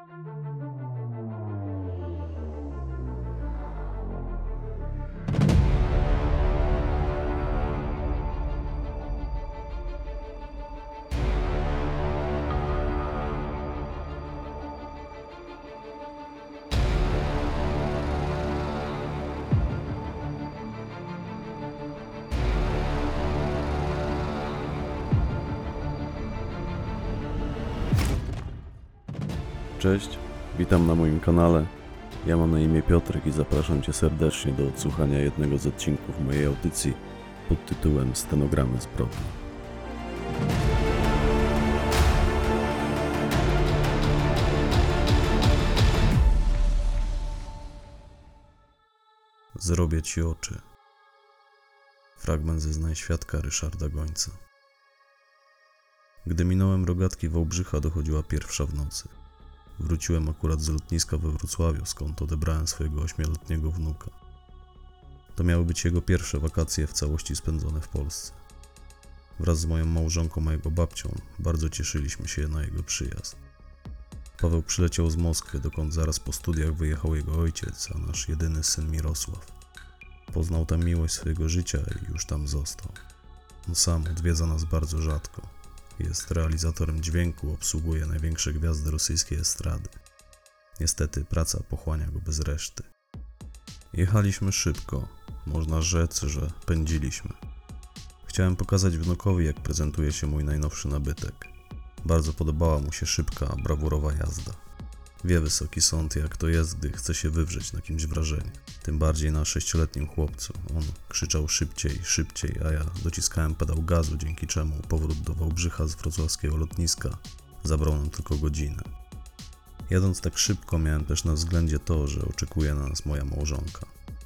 Cześć, witam na moim kanale. Ja mam na imię Piotrek i zapraszam Cię serdecznie do odsłuchania jednego z odcinków mojej audycji pod tytułem Stenogramy zbrodni. Zrobię Ci oczy. Fragment zeznań świadka Ryszarda Gońca. Gdy minąłem rogatki Wałbrzycha, dochodziła 1:00 w nocy. Wróciłem akurat z lotniska we Wrocławiu, skąd odebrałem swojego 8-letniego wnuka. To miały być jego pierwsze wakacje w całości spędzone w Polsce. Wraz z moją małżonką a jego babcią bardzo cieszyliśmy się na jego przyjazd. Paweł przyleciał z Moskwy, dokąd zaraz po studiach wyjechał jego ojciec, a nasz jedyny syn Mirosław. Poznał tam miłość swojego życia i już tam został. On sam odwiedza nas bardzo rzadko. Jest realizatorem dźwięku, obsługuje największe gwiazdy rosyjskiej estrady. Niestety praca pochłania go bez reszty. Jechaliśmy szybko, można rzec, że pędziliśmy. Chciałem pokazać wnukowi, jak prezentuje się mój najnowszy nabytek. Bardzo podobała mu się szybka, brawurowa jazda. Wie wysoki sąd, jak to jest, gdy chce się wywrzeć na kimś wrażenie. Tym bardziej na 6-letnim chłopcu. On krzyczał szybciej, szybciej, a ja dociskałem pedał gazu, dzięki czemu powrót do Wałbrzycha z wrocławskiego lotniska zabrał nam tylko godzinę. Jadąc tak szybko, miałem też na względzie to, że oczekuje na nas moja małżonka.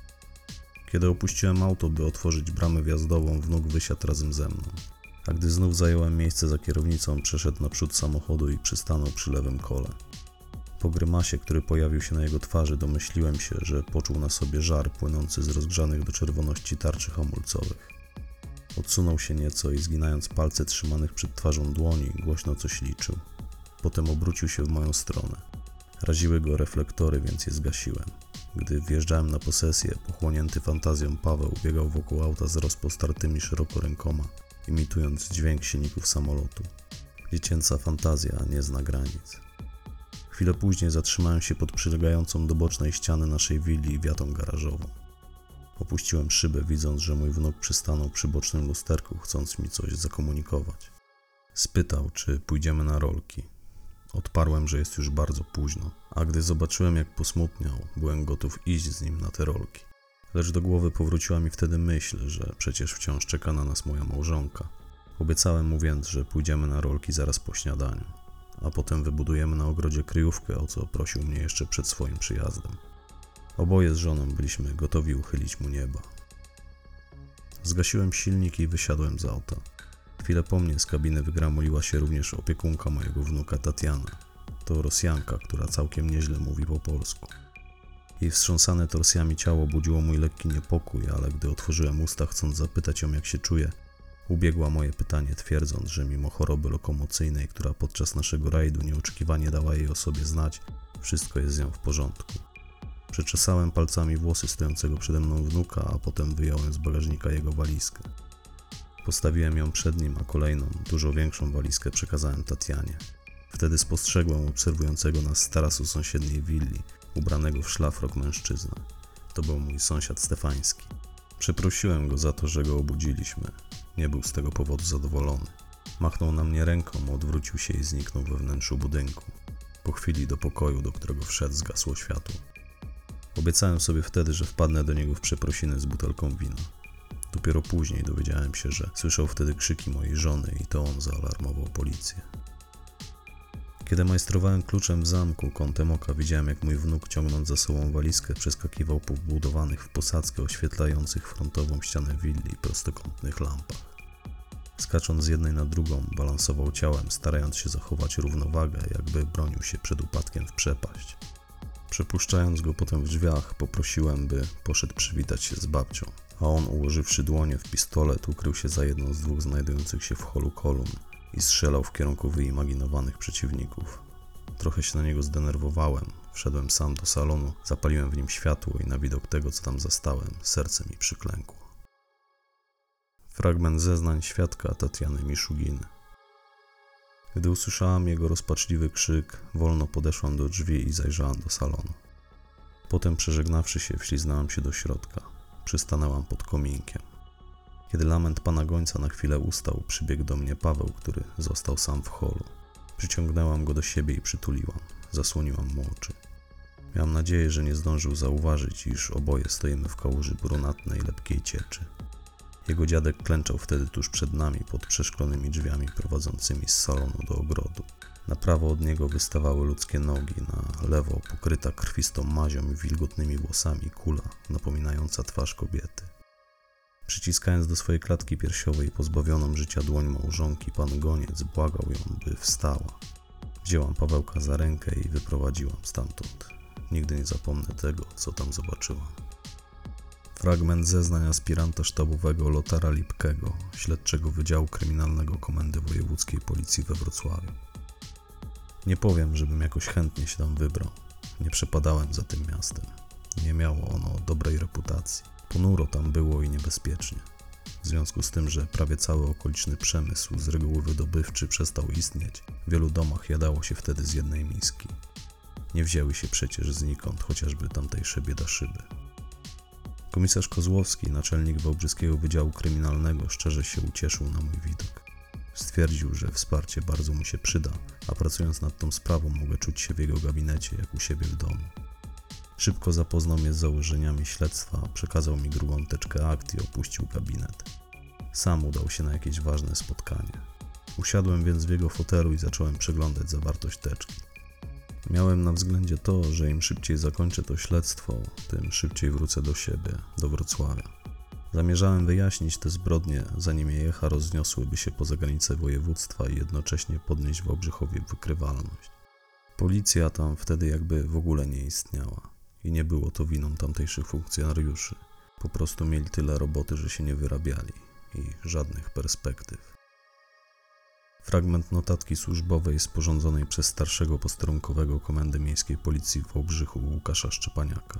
Kiedy opuściłem auto, by otworzyć bramę wjazdową, wnuk wysiadł razem ze mną. A gdy znów zająłem miejsce za kierownicą, przeszedł naprzód samochodu i przystanął przy lewym kole. Po grymasie, który pojawił się na jego twarzy, domyśliłem się, że poczuł na sobie żar płynący z rozgrzanych do czerwoności tarczy hamulcowych. Odsunął się nieco i zginając palce trzymanych przed twarzą dłoni, głośno coś liczył. Potem obrócił się w moją stronę. Raziły go reflektory, więc je zgasiłem. Gdy wjeżdżałem na posesję, pochłonięty fantazją Paweł biegał wokół auta z rozpostartymi szeroko rękoma, imitując dźwięk silników samolotu. Dziecięca fantazja nie zna granic. Chwilę później zatrzymałem się pod przylegającą do bocznej ściany naszej willi wiatą garażową. Opuściłem szybę, widząc, że mój wnuk przystanął przy bocznym lusterku, chcąc mi coś zakomunikować. Spytał, czy pójdziemy na rolki. Odparłem, że jest już bardzo późno, a gdy zobaczyłem, jak posmutniał, byłem gotów iść z nim na te rolki. Lecz do głowy powróciła mi wtedy myśl, że przecież wciąż czeka na nas moja małżonka. Obiecałem mu więc, że pójdziemy na rolki zaraz po śniadaniu, a potem wybudujemy na ogrodzie kryjówkę, o co prosił mnie jeszcze przed swoim przyjazdem. Oboje z żoną byliśmy gotowi uchylić mu nieba. Zgasiłem silnik i wysiadłem z auta. Chwilę po mnie z kabiny wygramuliła się również opiekunka mojego wnuka Tatiana. To Rosjanka, która całkiem nieźle mówi po polsku. Jej wstrząsane torsjami ciało budziło mój lekki niepokój, ale gdy otworzyłem usta, chcąc zapytać ją, jak się czuje, ubiegła moje pytanie, twierdząc, że mimo choroby lokomocyjnej, która podczas naszego rajdu nieoczekiwanie dała jej o sobie znać, wszystko jest z nią w porządku. Przeczesałem palcami włosy stojącego przede mną wnuka, a potem wyjąłem z bagażnika jego walizkę. Postawiłem ją przed nim, a kolejną, dużo większą walizkę przekazałem Tatianie. Wtedy spostrzegłem obserwującego nas z tarasu sąsiedniej willi, ubranego w szlafrok mężczyznę. To był mój sąsiad Stefański. Przeprosiłem go za to, że go obudziliśmy. Nie był z tego powodu zadowolony. Machnął na mnie ręką, odwrócił się i zniknął we wnętrzu budynku. Po chwili do pokoju, do którego wszedł, zgasło światło. Obiecałem sobie wtedy, że wpadnę do niego w przeprosiny z butelką wina. Dopiero później dowiedziałem się, że słyszał wtedy krzyki mojej żony i to on zaalarmował policję. Kiedy majstrowałem kluczem w zamku, kątem oka widziałem, jak mój wnuk, ciągnąc za sobą walizkę, przeskakiwał po wbudowanych w posadzkę oświetlających frontową ścianę willi prostokątnych lampach. Skacząc z jednej na drugą, balansował ciałem, starając się zachować równowagę, jakby bronił się przed upadkiem w przepaść. Przepuszczając go potem w drzwiach, poprosiłem, by poszedł przywitać się z babcią, a on, ułożywszy dłonie w pistolet, ukrył się za jedną z dwóch znajdujących się w holu kolumn i strzelał w kierunku wyimaginowanych przeciwników. Trochę się na niego zdenerwowałem. Wszedłem sam do salonu, zapaliłem w nim światło i na widok tego, co tam zastałem, serce mi przyklękło. Fragment zeznań świadka Tatiany Miszuginy. Gdy usłyszałam jego rozpaczliwy krzyk, wolno podeszłam do drzwi i zajrzałam do salonu. Potem, przeżegnawszy się, wśliznęłam się do środka. Przystanęłam pod kominkiem. Kiedy lament pana gońca na chwilę ustał, przybiegł do mnie Paweł, który został sam w holu. Przyciągnęłam go do siebie i przytuliłam. Zasłoniłam mu oczy. Miałam nadzieję, że nie zdążył zauważyć, iż oboje stoimy w kałuży brunatnej, lepkiej cieczy. Jego dziadek klęczał wtedy tuż przed nami pod przeszklonymi drzwiami prowadzącymi z salonu do ogrodu. Na prawo od niego wystawały ludzkie nogi, na lewo pokryta krwistą mazią i wilgotnymi włosami kula, napominająca twarz kobiety. Przyciskając do swojej klatki piersiowej pozbawioną życia dłoń małżonki, pan goniec błagał ją, by wstała. Wzięłam Pawełka za rękę i wyprowadziłam stamtąd. Nigdy nie zapomnę tego, co tam zobaczyłam. Fragment zeznań aspiranta sztabowego Lotara Lipkego, śledczego Wydziału Kryminalnego Komendy Wojewódzkiej Policji we Wrocławiu. Nie powiem, żebym jakoś chętnie się tam wybrał. Nie przepadałem za tym miastem. Nie miało ono dobrej reputacji. Ponuro tam było i niebezpiecznie. W związku z tym, że prawie cały okoliczny przemysł, z reguły wydobywczy, przestał istnieć, w wielu domach jadało się wtedy z jednej miski. Nie wzięły się przecież znikąd, chociażby tamtejsze biedaszyby. Komisarz Kozłowski, naczelnik Wałbrzyskiego Wydziału Kryminalnego, szczerze się ucieszył na mój widok. Stwierdził, że wsparcie bardzo mu się przyda, a pracując nad tą sprawą mogę czuć się w jego gabinecie jak u siebie w domu. Szybko zapoznał mnie z założeniami śledztwa, przekazał mi drugą teczkę akt i opuścił gabinet. Sam udał się na jakieś ważne spotkanie. Usiadłem więc w jego fotelu i zacząłem przeglądać zawartość teczki. Miałem na względzie to, że im szybciej zakończę to śledztwo, tym szybciej wrócę do siebie, do Wrocławia. Zamierzałem wyjaśnić te zbrodnie, zanim jej echa rozniosłyby się poza granice województwa i jednocześnie podnieść Wałbrzychowi wykrywalność. Policja tam wtedy jakby w ogóle nie istniała i nie było to winą tamtejszych funkcjonariuszy. Po prostu mieli tyle roboty, że się nie wyrabiali i żadnych perspektyw. Fragment notatki służbowej sporządzonej przez starszego posterunkowego Komendy Miejskiej Policji w Wałbrzychu Łukasza Szczepaniaka.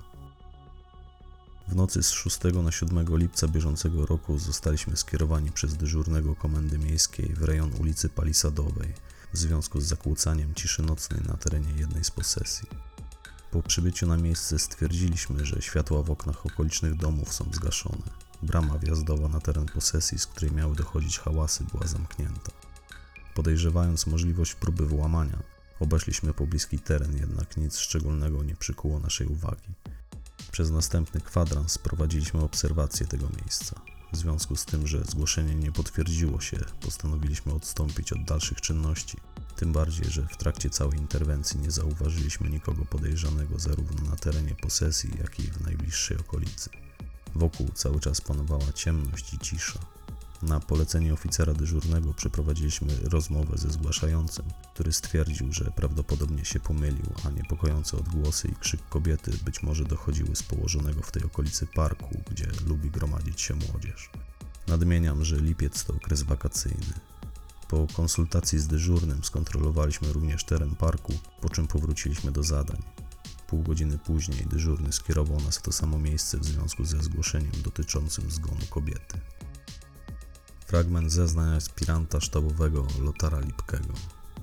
W nocy z 6 na 7 lipca bieżącego roku zostaliśmy skierowani przez dyżurnego Komendy Miejskiej w rejon ulicy Palisadowej w związku z zakłócaniem ciszy nocnej na terenie jednej z posesji. Po przybyciu na miejsce stwierdziliśmy, że światła w oknach okolicznych domów są zgaszone. Brama wjazdowa na teren posesji, z której miały dochodzić hałasy, była zamknięta. Podejrzewając możliwość próby włamania, obeszliśmy pobliski teren, jednak nic szczególnego nie przykuło naszej uwagi. Przez następny kwadrans prowadziliśmy obserwację tego miejsca. W związku z tym, że zgłoszenie nie potwierdziło się, postanowiliśmy odstąpić od dalszych czynności. Tym bardziej, że w trakcie całej interwencji nie zauważyliśmy nikogo podejrzanego zarówno na terenie posesji, jak i w najbliższej okolicy. Wokół cały czas panowała ciemność i cisza. Na polecenie oficera dyżurnego przeprowadziliśmy rozmowę ze zgłaszającym, który stwierdził, że prawdopodobnie się pomylił, a niepokojące odgłosy i krzyk kobiety być może dochodziły z położonego w tej okolicy parku, gdzie lubi gromadzić się młodzież. Nadmieniam, że lipiec to okres wakacyjny. Po konsultacji z dyżurnym skontrolowaliśmy również teren parku, po czym powróciliśmy do zadań. Pół godziny później dyżurny skierował nas w to samo miejsce w związku ze zgłoszeniem dotyczącym zgonu kobiety. Fragment zeznań aspiranta sztabowego Lotara Lipkego.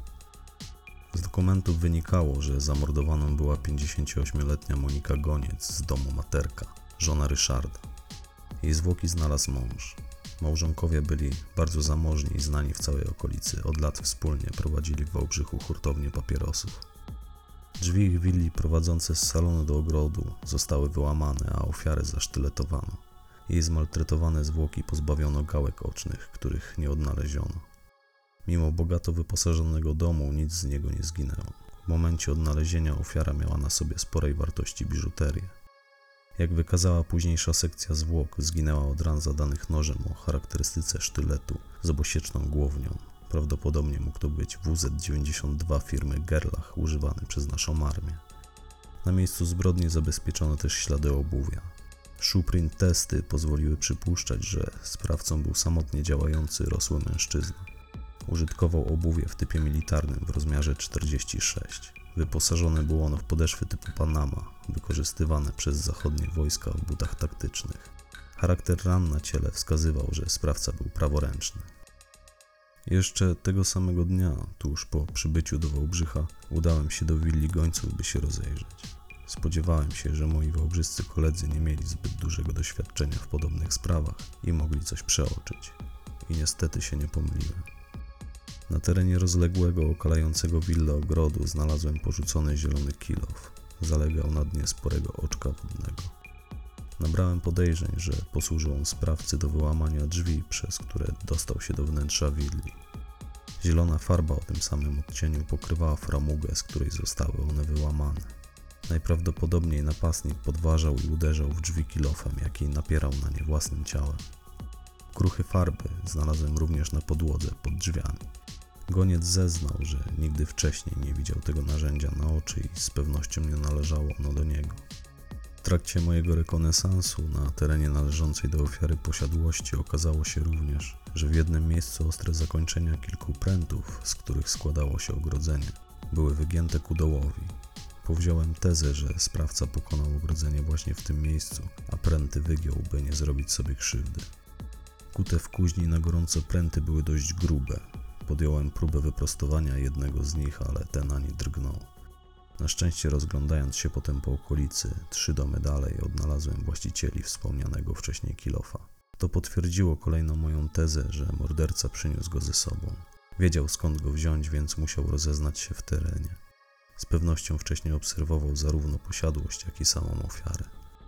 Z dokumentów wynikało, że zamordowaną była 58-letnia Monika Goniec z domu Materka, żona Ryszarda. Jej zwłoki znalazł mąż. Małżonkowie byli bardzo zamożni i znani w całej okolicy. Od lat wspólnie prowadzili w Wałbrzychu hurtownię papierosów. Drzwi ich willi prowadzące z salonu do ogrodu zostały wyłamane, a ofiarę zasztyletowano. Jej zmaltretowane zwłoki pozbawiono gałek ocznych, których nie odnaleziono. Mimo bogato wyposażonego domu nic z niego nie zginęło. W momencie odnalezienia ofiara miała na sobie sporej wartości biżuterię. Jak wykazała późniejsza sekcja zwłok, zginęła od ran zadanych nożem o charakterystyce sztyletu z obosieczną głownią. Prawdopodobnie mógł to być WZ-92 firmy Gerlach używany przez naszą armię. Na miejscu zbrodni zabezpieczono też ślady obuwia. Shoeprint testy pozwoliły przypuszczać, że sprawcą był samotnie działający rosły mężczyzna. Użytkował obuwie w typie militarnym w rozmiarze 46. Wyposażone było ono w podeszwy typu Panama, wykorzystywane przez zachodnie wojska w butach taktycznych. Charakter ran na ciele wskazywał, że sprawca był praworęczny. Jeszcze tego samego dnia, tuż po przybyciu do Wałbrzycha, udałem się do willi gońców, by się rozejrzeć. Spodziewałem się, że moi wałbrzyscy koledzy nie mieli zbyt dużego doświadczenia w podobnych sprawach i mogli coś przeoczyć. I niestety się nie pomyliłem. Na terenie rozległego, okalającego willę ogrodu znalazłem porzucony zielony kilof. Zalegał na dnie sporego oczka wodnego. Nabrałem podejrzeń, że posłużył on sprawcy do wyłamania drzwi, przez które dostał się do wnętrza willi. Zielona farba o tym samym odcieniu pokrywała framugę, z której zostały one wyłamane. Najprawdopodobniej napastnik podważał i uderzał w drzwi kilofem, jaki napierał na nie własnym ciałem. Kruchy farby znalazłem również na podłodze pod drzwiami. Goniec zeznał, że nigdy wcześniej nie widział tego narzędzia na oczy i z pewnością nie należało ono do niego. W trakcie mojego rekonesansu na terenie należącej do ofiary posiadłości okazało się również, że w jednym miejscu ostre zakończenia kilku prętów, z których składało się ogrodzenie, były wygięte ku dołowi. Powziąłem tezę, że sprawca pokonał ogrodzenie właśnie w tym miejscu, a pręty wygiął, by nie zrobić sobie krzywdy. Kute w kuźni na gorąco pręty były dość grube. Podjąłem próbę wyprostowania jednego z nich, ale ten ani drgnął. Na szczęście, rozglądając się potem po okolicy, 3 domy dalej odnalazłem właścicieli wspomnianego wcześniej kilofa. To potwierdziło kolejną moją tezę, że morderca przyniósł go ze sobą. Wiedział, skąd go wziąć, więc musiał rozeznać się w terenie. Z pewnością wcześniej obserwował zarówno posiadłość, jak i samą ofiarę.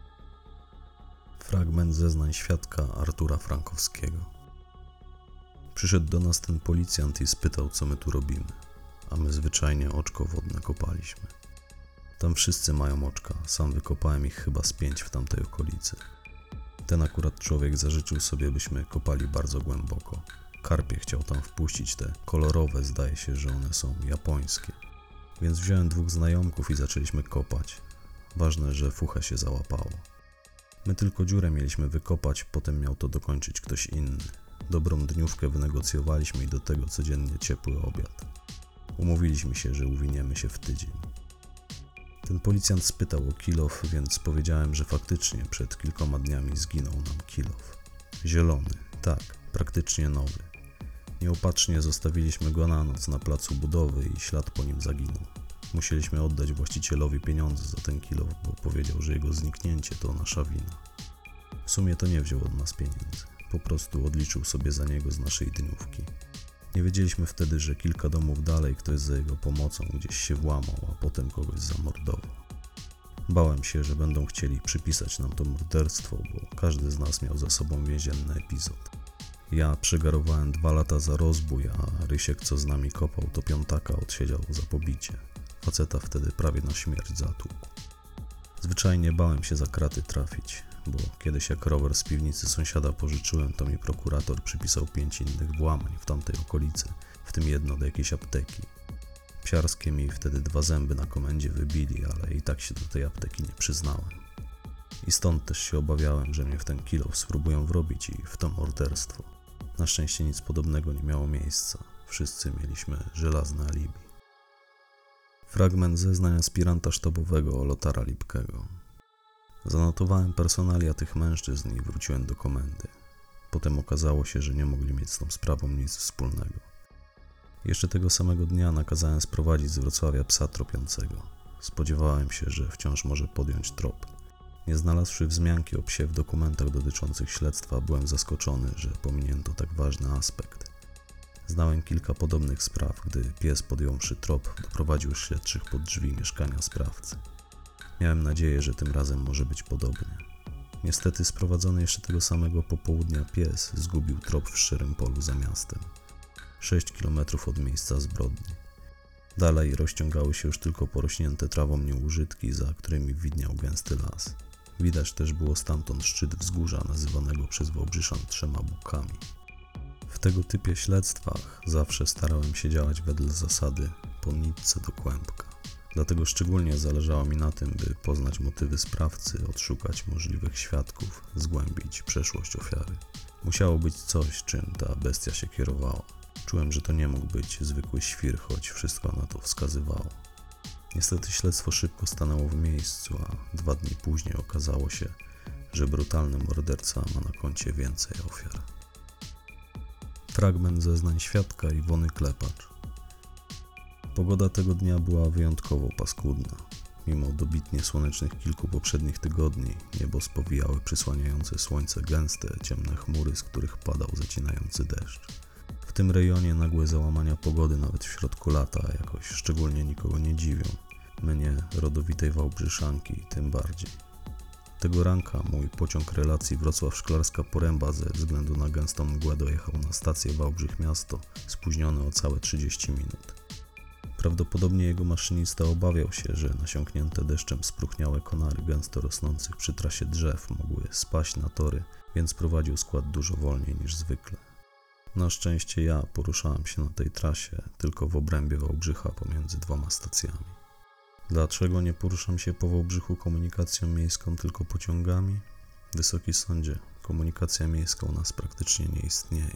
Fragment zeznań świadka Artura Frankowskiego. Przyszedł do nas ten policjant i spytał, co my tu robimy, a my zwyczajnie oczko wodne kopaliśmy. Tam wszyscy mają oczka, sam wykopałem ich chyba z 5 w tamtej okolicy. Ten akurat człowiek zażyczył sobie, byśmy kopali bardzo głęboko. Karpie chciał tam wpuścić te kolorowe, zdaje się, że one są japońskie. Więc wziąłem 2 znajomków i zaczęliśmy kopać. Ważne, że fuchę się załapało. My tylko dziurę mieliśmy wykopać, potem miał to dokończyć ktoś inny. Dobrą dniówkę wynegocjowaliśmy i do tego codziennie ciepły obiad. Umówiliśmy się, że uwiniemy się w tydzień. Ten policjant spytał o kilof, więc powiedziałem, że faktycznie przed kilkoma dniami zginął nam kilof. Zielony, tak, praktycznie nowy. Nieopatrznie zostawiliśmy go na noc na placu budowy i ślad po nim zaginął. Musieliśmy oddać właścicielowi pieniądze za ten kilof, bo powiedział, że jego zniknięcie to nasza wina. W sumie to nie wziął od nas pieniędzy. Po prostu odliczył sobie za niego z naszej dniówki. Nie wiedzieliśmy wtedy, że kilka domów dalej ktoś za jego pomocą gdzieś się włamał, a potem kogoś zamordował. Bałem się, że będą chcieli przypisać nam to morderstwo, bo każdy z nas miał za sobą więzienny epizod. Ja przegarowałem 2 lata za rozbój, a Rysiek, co z nami kopał, to 5 odsiedział za pobicie. Faceta wtedy prawie na śmierć zatłukł. Zwyczajnie bałem się za kraty trafić, bo kiedyś jak rower z piwnicy sąsiada pożyczyłem, to mi prokurator przypisał 5 innych włamań w tamtej okolicy, w tym jedno do jakiejś apteki. Psiarskie mi wtedy 2 zęby na komendzie wybili, ale i tak się do tej apteki nie przyznałem. I stąd też się obawiałem, że mnie w ten kilof spróbują wrobić i w to morderstwo. Na szczęście nic podobnego nie miało miejsca. Wszyscy mieliśmy żelazne alibi. Fragment zeznań aspiranta sztabowego Lotara Lipkego. Zanotowałem personalia tych mężczyzn i wróciłem do komendy. Potem okazało się, że nie mogli mieć z tą sprawą nic wspólnego. Jeszcze tego samego dnia nakazałem sprowadzić z Wrocławia psa tropiącego. Spodziewałem się, że wciąż może podjąć trop. Nie znalazłszy wzmianki o psie w dokumentach dotyczących śledztwa, byłem zaskoczony, że pominięto tak ważny aspekt. Znałem kilka podobnych spraw, gdy pies podjąwszy trop doprowadził śledczych pod drzwi mieszkania sprawcy. Miałem nadzieję, że tym razem może być podobnie. Niestety sprowadzony jeszcze tego samego popołudnia pies zgubił trop w szczerym polu za miastem. 6 kilometrów od miejsca zbrodni. Dalej rozciągały się już tylko porośnięte trawą nieużytki, za którymi widniał gęsty las. Widać też było stamtąd szczyt wzgórza nazywanego przez Wałbrzyszan 3 Bukami. W tego typie śledztwach zawsze starałem się działać wedle zasady po nitce do kłębka. Dlatego szczególnie zależało mi na tym, by poznać motywy sprawcy, odszukać możliwych świadków, zgłębić przeszłość ofiary. Musiało być coś, czym ta bestia się kierowała. Czułem, że to nie mógł być zwykły świr, choć wszystko na to wskazywało. Niestety śledztwo szybko stanęło w miejscu, a 2 dni później okazało się, że brutalny morderca ma na koncie więcej ofiar. Fragment zeznań świadka Iwony Klepacz. Pogoda tego dnia była wyjątkowo paskudna. Mimo dobitnie słonecznych kilku poprzednich tygodni, niebo spowijały przysłaniające słońce gęste, ciemne chmury, z których padał zacinający deszcz. W tym rejonie nagłe załamania pogody nawet w środku lata jakoś szczególnie nikogo nie dziwią. Mnie, rodowitej Wałbrzyszanki, tym bardziej. Tego ranka mój pociąg relacji Wrocław-Szklarska Poręba ze względu na gęstą mgłę dojechał na stację Wałbrzych Miasto, spóźniony o całe 30 minut. Prawdopodobnie jego maszynista obawiał się, że nasiąknięte deszczem spróchniałe konary gęsto rosnących przy trasie drzew mogły spaść na tory, więc prowadził skład dużo wolniej niż zwykle. Na szczęście ja poruszałem się na tej trasie tylko w obrębie Wałbrzycha pomiędzy 2 stacjami. Dlaczego nie poruszam się po Wałbrzychu komunikacją miejską, tylko pociągami? Wysoki sądzie, komunikacja miejska u nas praktycznie nie istnieje.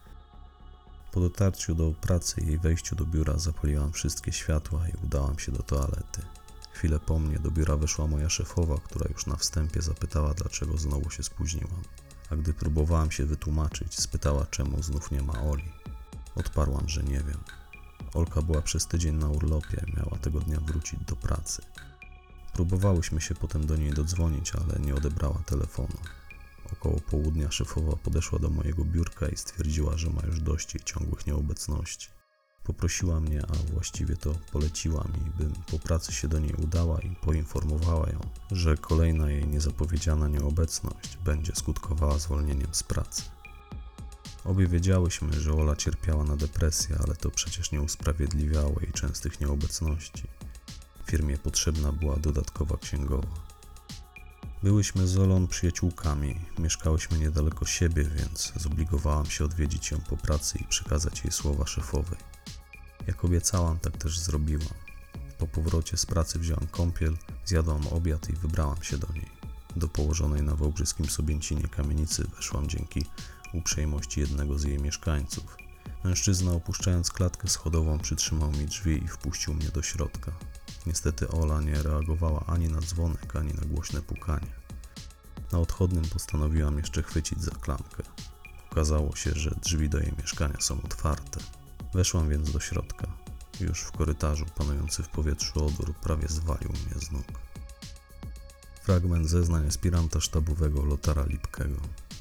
Po dotarciu do pracy i jej wejściu do biura zapaliłam wszystkie światła i udałam się do toalety. Chwilę po mnie do biura weszła moja szefowa, która już na wstępie zapytała, dlaczego znowu się spóźniłam. A gdy próbowałam się wytłumaczyć, spytała, czemu znów nie ma Oli. Odparłam, że nie wiem. Olka była przez tydzień na urlopie, miała tego dnia wrócić do pracy. Próbowałyśmy się potem do niej dodzwonić, ale nie odebrała telefonu. Około południa szefowa podeszła do mojego biurka i stwierdziła, że ma już dość jej ciągłych nieobecności. Poprosiła mnie, a właściwie to poleciła mi, bym po pracy się do niej udała i poinformowała ją, że kolejna jej niezapowiedziana nieobecność będzie skutkowała zwolnieniem z pracy. Obie wiedziałyśmy, że Ola cierpiała na depresję, ale to przecież nie usprawiedliwiało jej częstych nieobecności. Firmie potrzebna była dodatkowa księgowa. Byłyśmy z Olą przyjaciółkami, mieszkałyśmy niedaleko siebie, więc zobligowałam się odwiedzić ją po pracy i przekazać jej słowa szefowej. Jak obiecałam, tak też zrobiłam. Po powrocie z pracy wziąłam kąpiel, zjadłam obiad i wybrałam się do niej. Do położonej na wałbrzyskim Sobięcinie kamienicy weszłam dzięki uprzejmości jednego z jej mieszkańców. Mężczyzna, opuszczając klatkę schodową, przytrzymał mi drzwi i wpuścił mnie do środka. Niestety Ola nie reagowała ani na dzwonek, ani na głośne pukanie. Na odchodnym postanowiłam jeszcze chwycić za klamkę. Okazało się, że drzwi do jej mieszkania są otwarte. Weszłam więc do środka. Już w korytarzu panujący w powietrzu odór prawie zwalił mnie z nóg. Fragment zeznań aspiranta sztabowego Lothara Lipkego.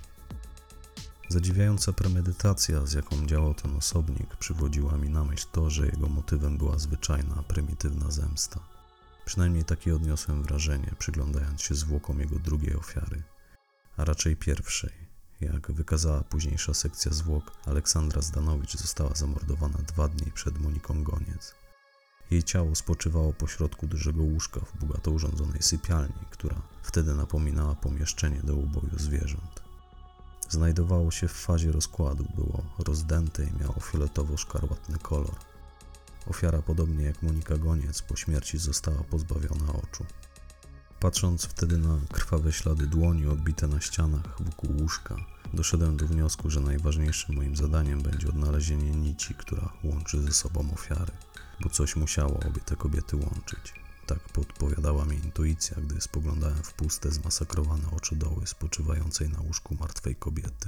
Zadziwiająca premedytacja, z jaką działał ten osobnik, przywodziła mi na myśl to, że jego motywem była zwyczajna, prymitywna zemsta. Przynajmniej takie odniosłem wrażenie, przyglądając się zwłokom jego drugiej ofiary, a raczej pierwszej. Jak wykazała późniejsza sekcja zwłok, Aleksandra Zdanowicz została zamordowana 2 dni przed Moniką Goniec. Jej ciało spoczywało pośrodku dużego łóżka w bogato urządzonej sypialni, która wtedy napominała pomieszczenie do uboju zwierząt. Znajdowało się w fazie rozkładu, było rozdęte i miało fioletowo-szkarłatny kolor. Ofiara, podobnie jak Monika Goniec, po śmierci została pozbawiona oczu. Patrząc wtedy na krwawe ślady dłoni odbite na ścianach wokół łóżka, doszedłem do wniosku, że najważniejszym moim zadaniem będzie odnalezienie nici, która łączy ze sobą ofiary, bo coś musiało obie te kobiety łączyć. Tak podpowiadała mi intuicja, gdy spoglądałem w puste, zmasakrowane oczodoły spoczywającej na łóżku martwej kobiety.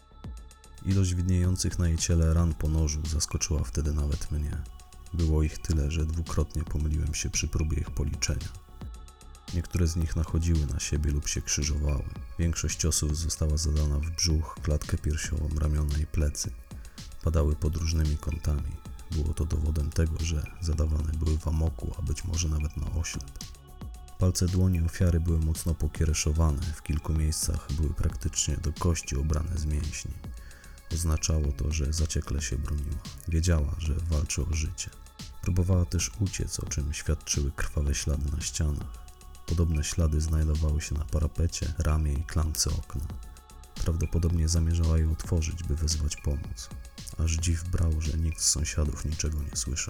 Ilość widniejących na jej ciele ran po nożu zaskoczyła wtedy nawet mnie. Było ich tyle, że 2-krotnie pomyliłem się przy próbie ich policzenia. Niektóre z nich nachodziły na siebie lub się krzyżowały. Większość ciosów została zadana w brzuch, klatkę piersiową, ramiona i plecy. Padały pod różnymi kątami. Było to dowodem tego, że zadawane były w amoku, a być może nawet na oślep. Palce dłoni ofiary były mocno pokiereszowane, w kilku miejscach były praktycznie do kości obrane z mięśni. Oznaczało to, że zaciekle się broniła. Wiedziała, że walczy o życie. Próbowała też uciec, o czym świadczyły krwawe ślady na ścianach. Podobne ślady znajdowały się na parapecie, ramie i klamce okna. Prawdopodobnie zamierzała je otworzyć, by wezwać pomoc. Aż dziw brał, że nikt z sąsiadów niczego nie słyszał.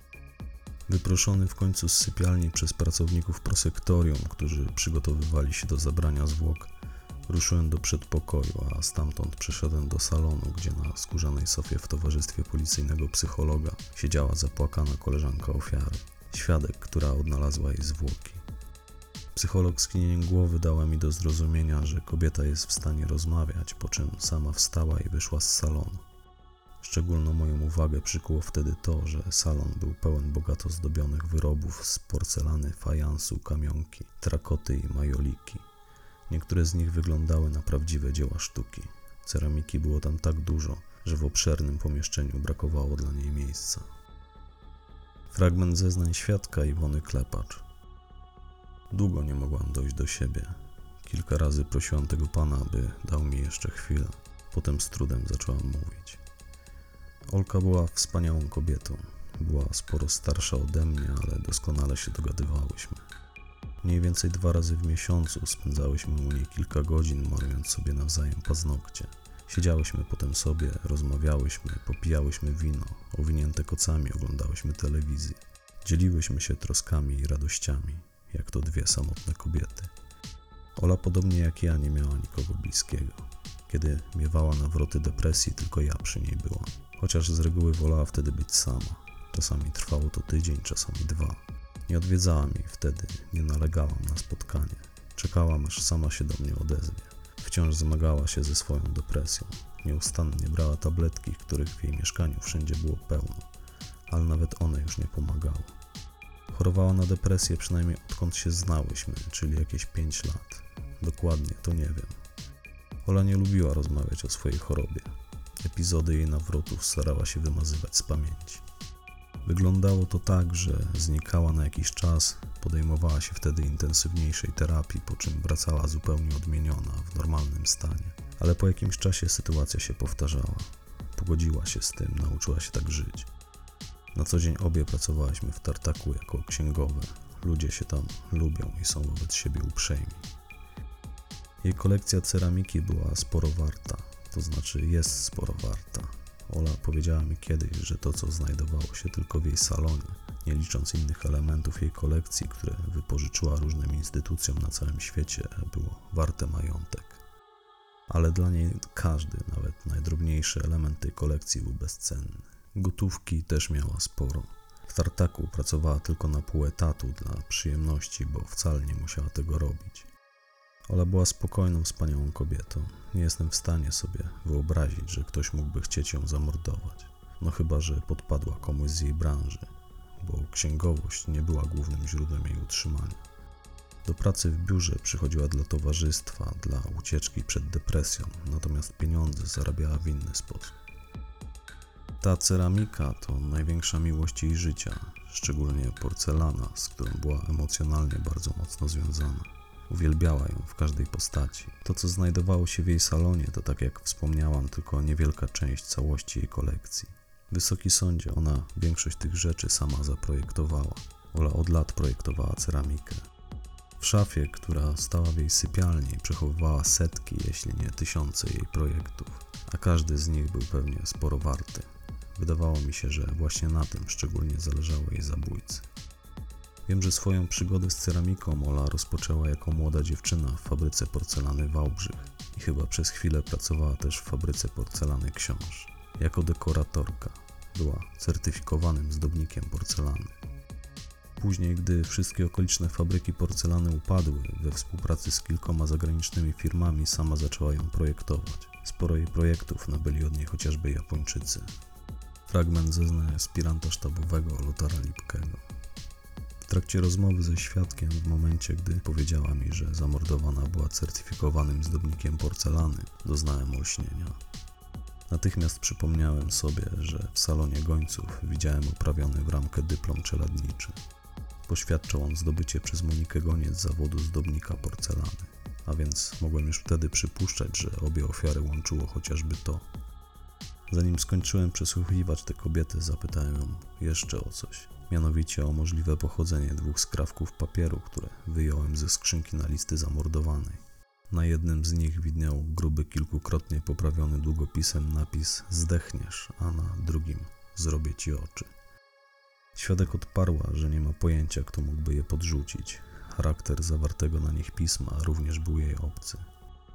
Wyproszony w końcu z sypialni przez pracowników prosektorium, którzy przygotowywali się do zabrania zwłok, ruszyłem do przedpokoju, a stamtąd przeszedłem do salonu, gdzie na skórzanej sofie w towarzystwie policyjnego psychologa siedziała zapłakana koleżanka ofiary. świadek, która odnalazła jej zwłoki. Psycholog skinieniem głowy dała mi do zrozumienia, że kobieta jest w stanie rozmawiać, po czym sama wstała i wyszła z salonu. Szczególną moją uwagę przykuło wtedy to, że salon był pełen bogato zdobionych wyrobów z porcelany, fajansu, kamionki, trakoty i majoliki. Niektóre z nich wyglądały na prawdziwe dzieła sztuki. Ceramiki było tam tak dużo, że w obszernym pomieszczeniu brakowało dla niej miejsca. Fragment zeznań świadka Iwony Klepacz. Długo nie mogłam dojść do siebie. Kilka razy prosiłam tego pana, by dał mi jeszcze chwilę. Potem z trudem zaczęłam mówić. Olka była wspaniałą kobietą. Była sporo starsza ode mnie, ale doskonale się dogadywałyśmy. Mniej więcej 2 razy w miesiącu spędzałyśmy u niej kilka godzin, malując sobie nawzajem paznokcie. Siedziałyśmy potem sobie, rozmawiałyśmy, popijałyśmy wino, owinięte kocami oglądałyśmy telewizję. Dzieliłyśmy się troskami i radościami, jak to 2 samotne kobiety. Ola, podobnie jak ja, nie miała nikogo bliskiego. Kiedy miewała nawroty depresji, tylko ja przy niej byłam. Chociaż z reguły wolała wtedy być sama. Czasami trwało to tydzień, czasami 2. Nie odwiedzałam jej wtedy, nie nalegałam na spotkanie. Czekałam, aż sama się do mnie odezwie. Wciąż zmagała się ze swoją depresją. Nieustannie brała tabletki, których w jej mieszkaniu wszędzie było pełno, ale nawet one już nie pomagały. Chorowała na depresję przynajmniej odkąd się znałyśmy, czyli jakieś 5 lat. Dokładnie to nie wiem. Ola nie lubiła rozmawiać o swojej chorobie. Epizody jej nawrotów starała się wymazywać z pamięci. Wyglądało to tak, że znikała na jakiś czas, podejmowała się wtedy intensywniejszej terapii, po czym wracała zupełnie odmieniona, w normalnym stanie. Ale po jakimś czasie sytuacja się powtarzała. Pogodziła się z tym, nauczyła się tak żyć. Na co dzień obie pracowałyśmy w tartaku jako księgowe. Ludzie się tam lubią i są wobec siebie uprzejmi. Jej kolekcja ceramiki była sporo warta, to znaczy jest sporo warta. Ola powiedziała mi kiedyś, że to, co znajdowało się tylko w jej salonie, nie licząc innych elementów jej kolekcji, które wypożyczyła różnym instytucjom na całym świecie, było warte majątek. Ale dla niej każdy, nawet najdrobniejszy element tej kolekcji był bezcenny. Gotówki też miała sporo. W tartaku pracowała tylko na pół etatu dla przyjemności, bo wcale nie musiała tego robić. Ola była spokojną, wspaniałą kobietą. Nie jestem w stanie sobie wyobrazić, że ktoś mógłby chcieć ją zamordować. No chyba, że podpadła komuś z jej branży, bo księgowość nie była głównym źródłem jej utrzymania. Do pracy w biurze przychodziła dla towarzystwa, dla ucieczki przed depresją, natomiast pieniądze zarabiała w inny sposób. Ta ceramika to największa miłość jej życia, szczególnie porcelana, z którą była emocjonalnie bardzo mocno związana. Uwielbiała ją w każdej postaci. To, co znajdowało się w jej salonie, to, tak jak wspomniałam, tylko niewielka część całości jej kolekcji. Wysoki sądzie, ona większość tych rzeczy sama zaprojektowała. Ola od lat projektowała ceramikę. W szafie, która stała w jej sypialni, przechowywała setki, jeśli nie tysiące jej projektów, a każdy z nich był pewnie sporo warty. Wydawało mi się, że właśnie na tym szczególnie zależało jej zabójcy. Wiem, że swoją przygodę z ceramiką Ola rozpoczęła jako młoda dziewczyna w fabryce porcelany Wałbrzych i chyba przez chwilę pracowała też w fabryce porcelany Książ. Jako dekoratorka była certyfikowanym zdobnikiem porcelany. Później, gdy wszystkie okoliczne fabryki porcelany upadły, we współpracy z kilkoma zagranicznymi firmami sama zaczęła ją projektować. Sporo jej projektów nabyli od niej chociażby Japończycy. Fragment zeznań aspiranta sztabowego Lothara Lipkego. W trakcie rozmowy ze świadkiem, w momencie gdy powiedziała mi, że zamordowana była certyfikowanym zdobnikiem porcelany, doznałem olśnienia. Natychmiast przypomniałem sobie, że w salonie gońców widziałem oprawiony w ramkę dyplom czeladniczy. Poświadczał on zdobycie przez Monikę Goniec zawodu zdobnika porcelany, a więc mogłem już wtedy przypuszczać, że obie ofiary łączyło chociażby to. Zanim skończyłem przesłuchiwać tę kobietę, zapytałem ją jeszcze o coś. Mianowicie o możliwe pochodzenie 2 skrawków papieru, które wyjąłem ze skrzynki na listy zamordowanej. Na jednym z nich widniał gruby, kilkukrotnie poprawiony długopisem napis „Zdechniesz”, a na drugim „Zrobię ci oczy”. Świadek odparła, że nie ma pojęcia, kto mógłby je podrzucić. Charakter zawartego na nich pisma również był jej obcy.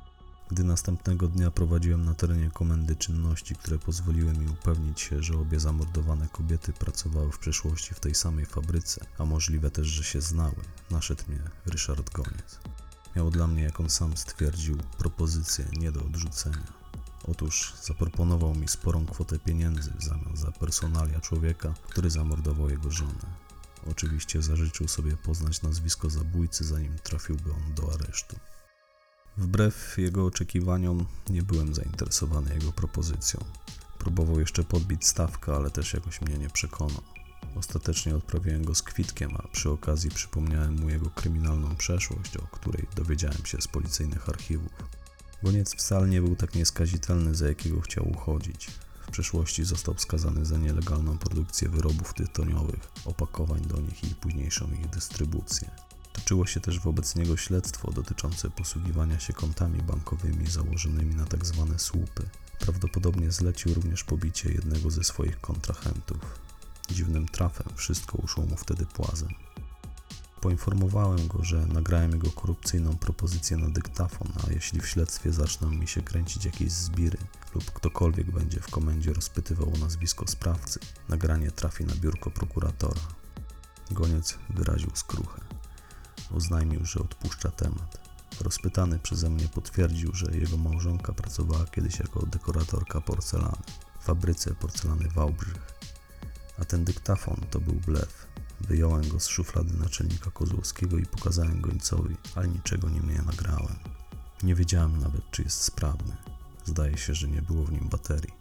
Gdy następnego dnia prowadziłem na terenie komendy czynności, które pozwoliły mi upewnić się, że obie zamordowane kobiety pracowały w przeszłości w tej samej fabryce, a możliwe też, że się znały, naszedł mnie Ryszard Goniec. Miał dla mnie, jak on sam stwierdził, propozycję nie do odrzucenia. Otóż zaproponował mi sporą kwotę pieniędzy w zamian za personalia człowieka, który zamordował jego żonę. Oczywiście zażyczył sobie poznać nazwisko zabójcy, zanim trafiłby on do aresztu. Wbrew jego oczekiwaniom nie byłem zainteresowany jego propozycją. Próbował jeszcze podbić stawkę, ale też jakoś mnie nie przekonał. Ostatecznie odprawiłem go z kwitkiem, a przy okazji przypomniałem mu jego kryminalną przeszłość, o której dowiedziałem się z policyjnych archiwów. Goniec wcale nie był tak nieskazitelny, za jakiego chciał uchodzić. W przeszłości został skazany za nielegalną produkcję wyrobów tytoniowych, opakowań do nich i późniejszą ich dystrybucję. Toczyło się też wobec niego śledztwo dotyczące posługiwania się kontami bankowymi założonymi na tzw. słupy. Prawdopodobnie zlecił również pobicie jednego ze swoich kontrahentów. Dziwnym trafem wszystko uszło mu wtedy płazem. Poinformowałem go, że nagrałem jego korupcyjną propozycję na dyktafon, a jeśli w śledztwie zaczną mi się kręcić jakieś zbiry lub ktokolwiek będzie w komendzie rozpytywał o nazwisko sprawcy, nagranie trafi na biurko prokuratora. Goniec wyraził skruchę. Oznajmił, że odpuszcza temat. Rozpytany przeze mnie potwierdził, że jego małżonka pracowała kiedyś jako dekoratorka porcelany w fabryce porcelany Wałbrzych. A ten dyktafon to był blef. Wyjąłem go z szuflady naczelnika Kozłowskiego i pokazałem Gońcowi, ale niczego nim nie nagrałem. Nie wiedziałem nawet, czy jest sprawny. Zdaje się, że nie było w nim baterii.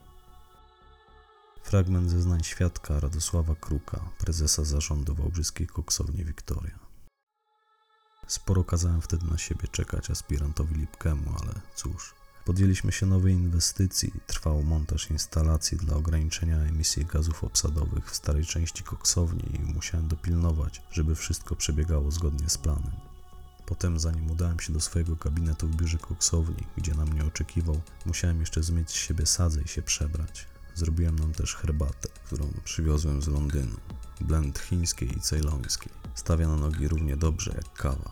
Fragment zeznań świadka Radosława Kruka, prezesa zarządu wałbrzyskiej koksowni Wiktoria. Sporo kazałem wtedy na siebie czekać aspirantowi Lipkemu, ale cóż. Podjęliśmy się nowej inwestycji, trwał montaż instalacji dla ograniczenia emisji gazów obsadowych w starej części koksowni i musiałem dopilnować, żeby wszystko przebiegało zgodnie z planem. Potem, zanim udałem się do swojego gabinetu w biurze koksowni, gdzie na mnie oczekiwał, musiałem jeszcze zmyć z siebie sadzę i się przebrać. Zrobiłem nam też herbatę, którą przywiozłem z Londynu. Blend chińskiej i cejlońskiej. Stawia na nogi równie dobrze jak kawa.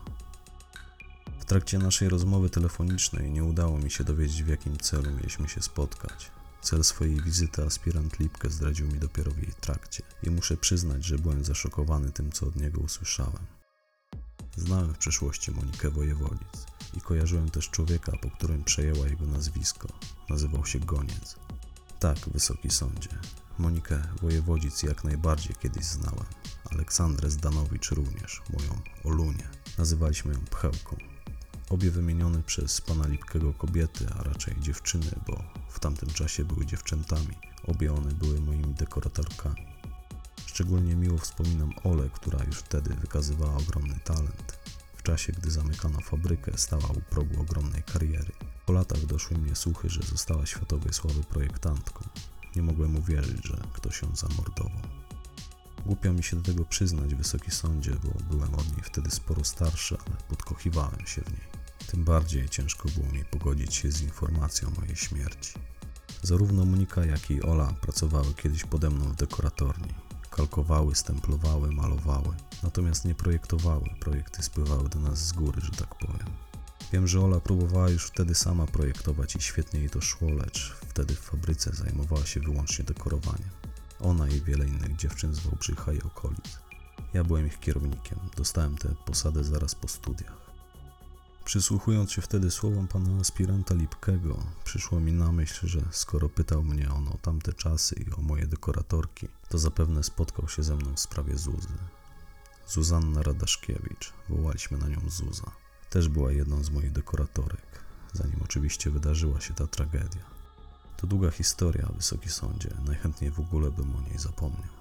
W trakcie naszej rozmowy telefonicznej nie udało mi się dowiedzieć, w jakim celu mieliśmy się spotkać. Cel swojej wizyty aspirant Lipke zdradził mi dopiero w jej trakcie i muszę przyznać, że byłem zaszokowany tym, co od niego usłyszałem. Znałem w przeszłości Monikę Wojewodzic i kojarzyłem też człowieka, po którym przejęła jego nazwisko. Nazywał się Goniec. Tak, Wysoki Sądzie. Monikę Wojewodzic jak najbardziej kiedyś znałem. Aleksandrę Zdanowicz również, moją Olunię. Nazywaliśmy ją Pchełką. Obie wymienione przez pana Lipkego kobiety, a raczej dziewczyny, bo w tamtym czasie były dziewczętami. Obie one były moimi dekoratorkami. Szczególnie miło wspominam Olę, która już wtedy wykazywała ogromny talent. W czasie, gdy zamykano fabrykę, stała u progu ogromnej kariery. Po latach doszły mnie słuchy, że została światowej sławy projektantką. Nie mogłem uwierzyć, że ktoś ją zamordował. Głupio mi się do tego przyznać, Wysoki Sądzie, bo byłem od niej wtedy sporo starszy, ale podkochiwałem się w niej. Tym bardziej ciężko było mi pogodzić się z informacją o jej śmierci. Zarówno Monika, jak i Ola pracowały kiedyś pode mną w dekoratorni. Kalkowały, stemplowały, malowały, natomiast nie projektowały. Projekty spływały do nas z góry, że tak powiem. Wiem, że Ola próbowała już wtedy sama projektować i świetnie jej to szło, lecz wtedy w fabryce zajmowała się wyłącznie dekorowaniem. Ona i wiele innych dziewczyn z Wałbrzycha i okolic. Ja byłem ich kierownikiem, dostałem tę posadę zaraz po studiach. Przysłuchując się wtedy słowom pana aspiranta Lipkego, przyszło mi na myśl, że skoro pytał mnie on o tamte czasy i o moje dekoratorki, to zapewne spotkał się ze mną w sprawie Zuzy. Zuzanna Radaszkiewicz, wołaliśmy na nią Zuza. Też była jedną z moich dekoratorek, zanim oczywiście wydarzyła się ta tragedia. To długa historia, Wysoki Sądzie, najchętniej w ogóle bym o niej zapomniał.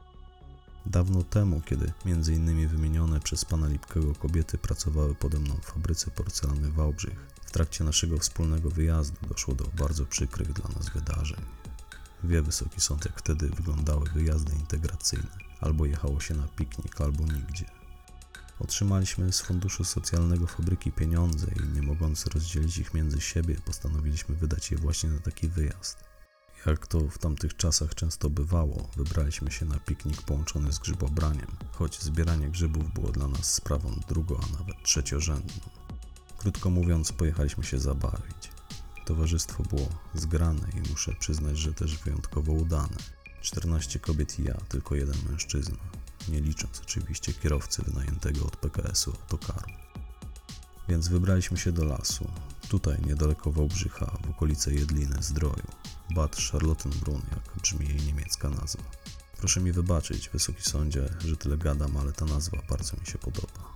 Dawno temu, kiedy między innymi wymienione przez pana Lipkego kobiety pracowały pode mną w fabryce porcelany Wałbrzych, w trakcie naszego wspólnego wyjazdu doszło do bardzo przykrych dla nas wydarzeń. Wie Wysoki Sąd, jak wtedy wyglądały wyjazdy integracyjne. Albo jechało się na piknik, albo nigdzie. Otrzymaliśmy z funduszu socjalnego fabryki pieniądze i nie mogąc rozdzielić ich między siebie, postanowiliśmy wydać je właśnie na taki wyjazd. Jak to w tamtych czasach często bywało, wybraliśmy się na piknik połączony z grzybobraniem, choć zbieranie grzybów było dla nas sprawą drugo, a nawet trzeciorzędną. Krótko mówiąc, pojechaliśmy się zabawić. towarzystwo było zgrane i muszę przyznać, że też wyjątkowo udane. 14 kobiet i ja, tylko jeden mężczyzna, nie licząc oczywiście kierowcy wynajętego od PKS-u autokaru. Więc wybraliśmy się do lasu, tutaj niedaleko Wałbrzycha, w okolice Jedliny Zdroju, Bad Charlottenbrunn, jak brzmi jej niemiecka nazwa. Proszę mi wybaczyć, Wysoki Sądzie, że tyle gadam, ale ta nazwa bardzo mi się podoba.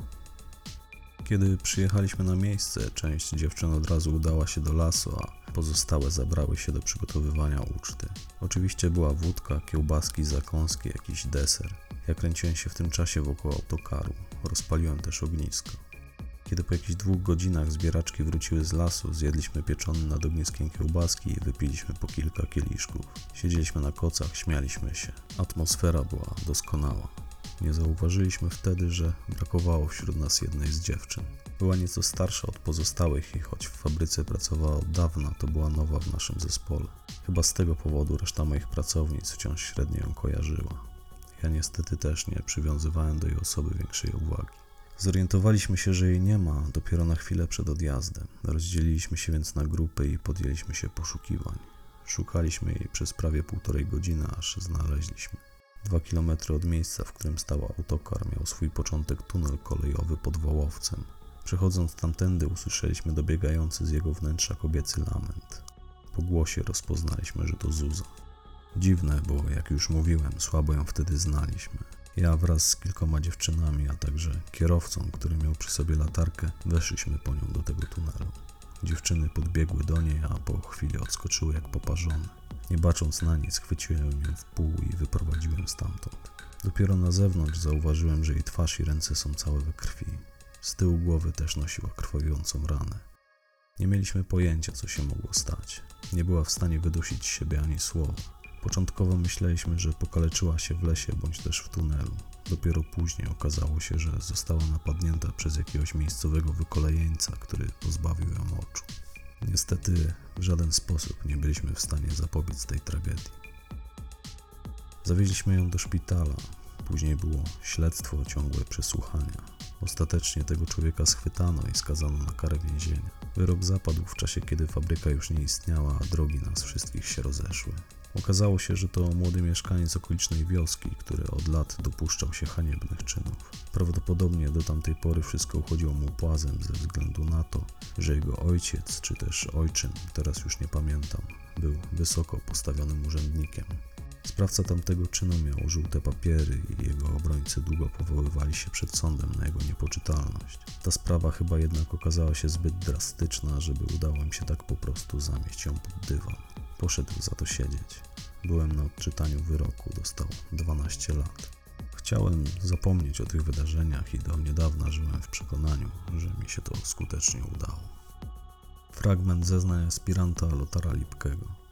Kiedy przyjechaliśmy na miejsce, część dziewczyn od razu udała się do lasu, a pozostałe zabrały się do przygotowywania uczty. Oczywiście była wódka, kiełbaski, zakąski, jakiś deser. Ja kręciłem się w tym czasie wokół autokaru, rozpaliłem też ognisko. Kiedy po jakichś 2 godzinach zbieraczki wróciły z lasu, zjedliśmy pieczone nad ogniskiem kiełbaski i wypiliśmy po kilka kieliszków. Siedzieliśmy na kocach, śmialiśmy się. Atmosfera była doskonała. Nie zauważyliśmy wtedy, że brakowało wśród nas jednej z dziewczyn. Była nieco starsza od pozostałych i choć w fabryce pracowała od dawna, to była nowa w naszym zespole. Chyba z tego powodu reszta moich pracownic wciąż średnio ją kojarzyła. Ja niestety też nie przywiązywałem do jej osoby większej uwagi. Zorientowaliśmy się, że jej nie ma dopiero na chwilę przed odjazdem. Rozdzieliliśmy się więc na grupy i podjęliśmy się poszukiwań. Szukaliśmy jej przez prawie 1,5 godziny, aż znaleźliśmy. 2 kilometry od miejsca, w którym stał autokar, miał swój początek tunel kolejowy pod Wołowcem. Przechodząc tamtędy usłyszeliśmy dobiegający z jego wnętrza kobiecy lament. Po głosie rozpoznaliśmy, że to Zuza. Dziwne, bo jak już mówiłem, słabo ją wtedy znaliśmy. Ja wraz z kilkoma dziewczynami, a także kierowcą, który miał przy sobie latarkę, weszliśmy po nią do tego tunelu. Dziewczyny podbiegły do niej, a po chwili odskoczyły jak poparzone. Nie bacząc na nic, chwyciłem ją w pół i wyprowadziłem stamtąd. Dopiero na zewnątrz zauważyłem, że jej twarz i ręce są całe we krwi. Z tyłu głowy też nosiła krwawiącą ranę. Nie mieliśmy pojęcia, co się mogło stać. Nie była w stanie wydusić z siebie ani słowa. Początkowo myśleliśmy, że pokaleczyła się w lesie bądź też w tunelu. Dopiero później okazało się, że została napadnięta przez jakiegoś miejscowego wykolejeńca, który pozbawił ją oczu. Niestety w żaden sposób nie byliśmy w stanie zapobiec tej tragedii. Zawieźliśmy ją do szpitala. Później było śledztwo, ciągłe przesłuchania. Ostatecznie tego człowieka schwytano i skazano na karę więzienia. Wyrok zapadł w czasie, kiedy fabryka już nie istniała, a drogi nas wszystkich się rozeszły. Okazało się, że to młody mieszkaniec okolicznej wioski, który od lat dopuszczał się haniebnych czynów. Prawdopodobnie do tamtej pory wszystko uchodziło mu płazem ze względu na to, że jego ojciec, czy też ojczym, teraz już nie pamiętam, był wysoko postawionym urzędnikiem. Sprawca tamtego czynu miał żółte papiery i jego obrońcy długo powoływali się przed sądem na jego niepoczytalność. Ta sprawa chyba jednak okazała się zbyt drastyczna, żeby udało im się tak po prostu zamieść ją pod dywan. Poszedł za to siedzieć. Byłem na odczytaniu wyroku, dostał 12 lat. Chciałem zapomnieć o tych wydarzeniach i do niedawna żyłem w przekonaniu, że mi się to skutecznie udało. Fragment zeznań aspiranta Lothara Lipkego.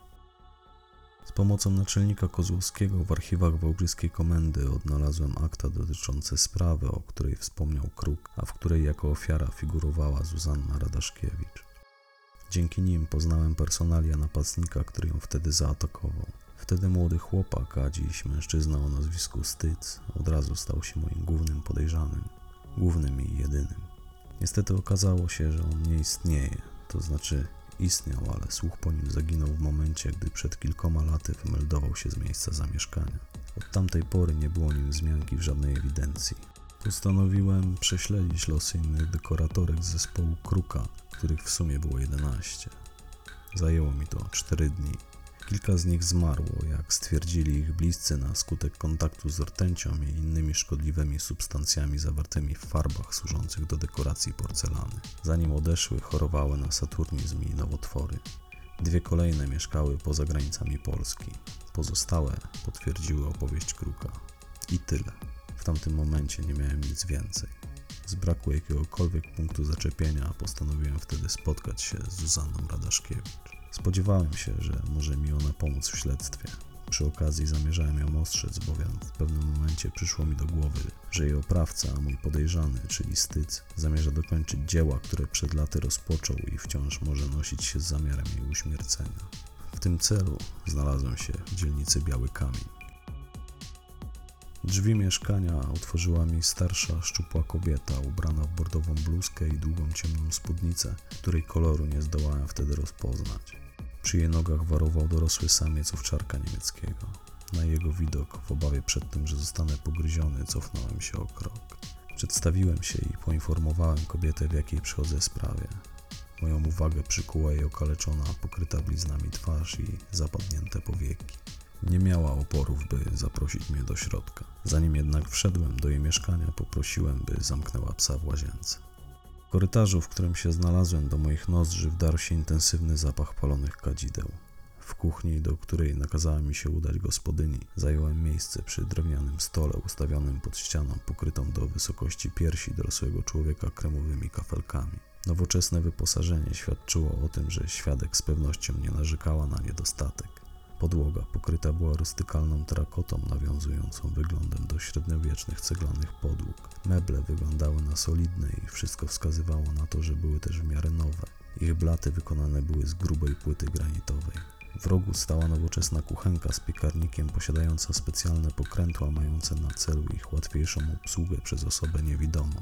Z pomocą naczelnika Kozłowskiego w archiwach wałbrzyskiej komendy odnalazłem akta dotyczące sprawy, o której wspomniał Kruk, a w której jako ofiara figurowała Zuzanna Radaszkiewicz. Dzięki nim poznałem personalia napastnika, który ją wtedy zaatakował. Wtedy młody chłopak, a dziś mężczyzna o nazwisku Styc, od razu stał się moim głównym podejrzanym. Głównym i jedynym. Niestety okazało się, że on nie istnieje, to znaczy istniał, ale słuch po nim zaginął w momencie, gdy przed kilkoma laty wymeldował się z miejsca zamieszkania. Od tamtej pory nie było o nim wzmianki w żadnej ewidencji. Postanowiłem prześledzić losy innych dekoratorek z zespołu Kruka, których w sumie było 11. Zajęło mi to 4 dni. Kilka z nich zmarło, jak stwierdzili ich bliscy na skutek kontaktu z rtęcią i innymi szkodliwymi substancjami zawartymi w farbach służących do dekoracji porcelany. Zanim odeszły, chorowały na saturnizm i nowotwory. 2 kolejne mieszkały poza granicami Polski. Pozostałe potwierdziły opowieść Kruka. I tyle. W tamtym momencie nie miałem nic więcej. Z braku jakiegokolwiek punktu zaczepienia postanowiłem wtedy spotkać się z Zuzanną Radaszkiewicz. Spodziewałem się, że może mi ona pomóc w śledztwie. Przy okazji zamierzałem ją ostrzec, bowiem w pewnym momencie przyszło mi do głowy, że jej oprawca, a mój podejrzany, czyli Styc, zamierza dokończyć dzieła, które przed laty rozpoczął i wciąż może nosić się z zamiarem jej uśmiercenia. W tym celu znalazłem się w dzielnicy Biały Kamień. Drzwi mieszkania otworzyła mi starsza, szczupła kobieta ubrana w bordową bluzkę i długą ciemną spódnicę, której koloru nie zdołałem wtedy rozpoznać. Przy jej nogach warował dorosły samiec owczarka niemieckiego. Na jego widok, w obawie przed tym, że zostanę pogryziony, cofnąłem się o krok. Przedstawiłem się i poinformowałem kobietę, w jakiej przychodzę sprawie. Moją uwagę przykuła jej okaleczona, pokryta bliznami twarz i zapadnięte powieki. Nie miała oporów, by zaprosić mnie do środka. Zanim jednak wszedłem do jej mieszkania, poprosiłem, by zamknęła psa w łazience. W korytarzu, w którym się znalazłem, do moich nozdrzy wdarł się intensywny zapach palonych kadzideł. W kuchni, do której nakazała mi się udać gospodyni, zająłem miejsce przy drewnianym stole ustawionym pod ścianą, pokrytą do wysokości piersi dorosłego człowieka kremowymi kafelkami. Nowoczesne wyposażenie świadczyło o tym, że świadek z pewnością nie narzekała na niedostatek. Podłoga pokryta była rustykalną terakotą nawiązującą wyglądem do średniowiecznych ceglanych podłóg. Meble wyglądały na solidne i wszystko wskazywało na to, że były też w miarę nowe. Ich blaty wykonane były z grubej płyty granitowej. W rogu stała nowoczesna kuchenka z piekarnikiem posiadająca specjalne pokrętła mające na celu ich łatwiejszą obsługę przez osobę niewidomą.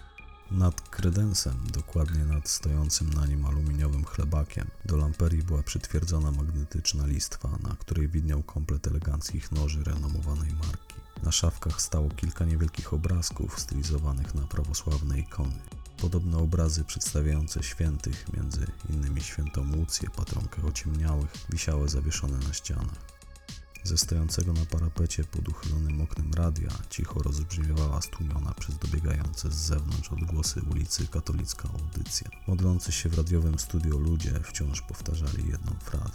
Nad kredensem, dokładnie nad stojącym na nim aluminiowym chlebakiem, do lamperii była przytwierdzona magnetyczna listwa, na której widniał komplet eleganckich noży renomowanej marki. Na szafkach stało kilka niewielkich obrazków stylizowanych na prawosławne ikony. Podobne obrazy przedstawiające świętych, między innymi świętą Łucję, patronkę ociemniałych, wisiały zawieszone na ścianach. Ze stojącego na parapecie pod uchylonym oknem radia cicho rozbrzmiewała stłumiona przez dobiegające z zewnątrz odgłosy ulicy katolicka audycja. Modlący się w radiowym studio ludzie wciąż powtarzali jedną frazę.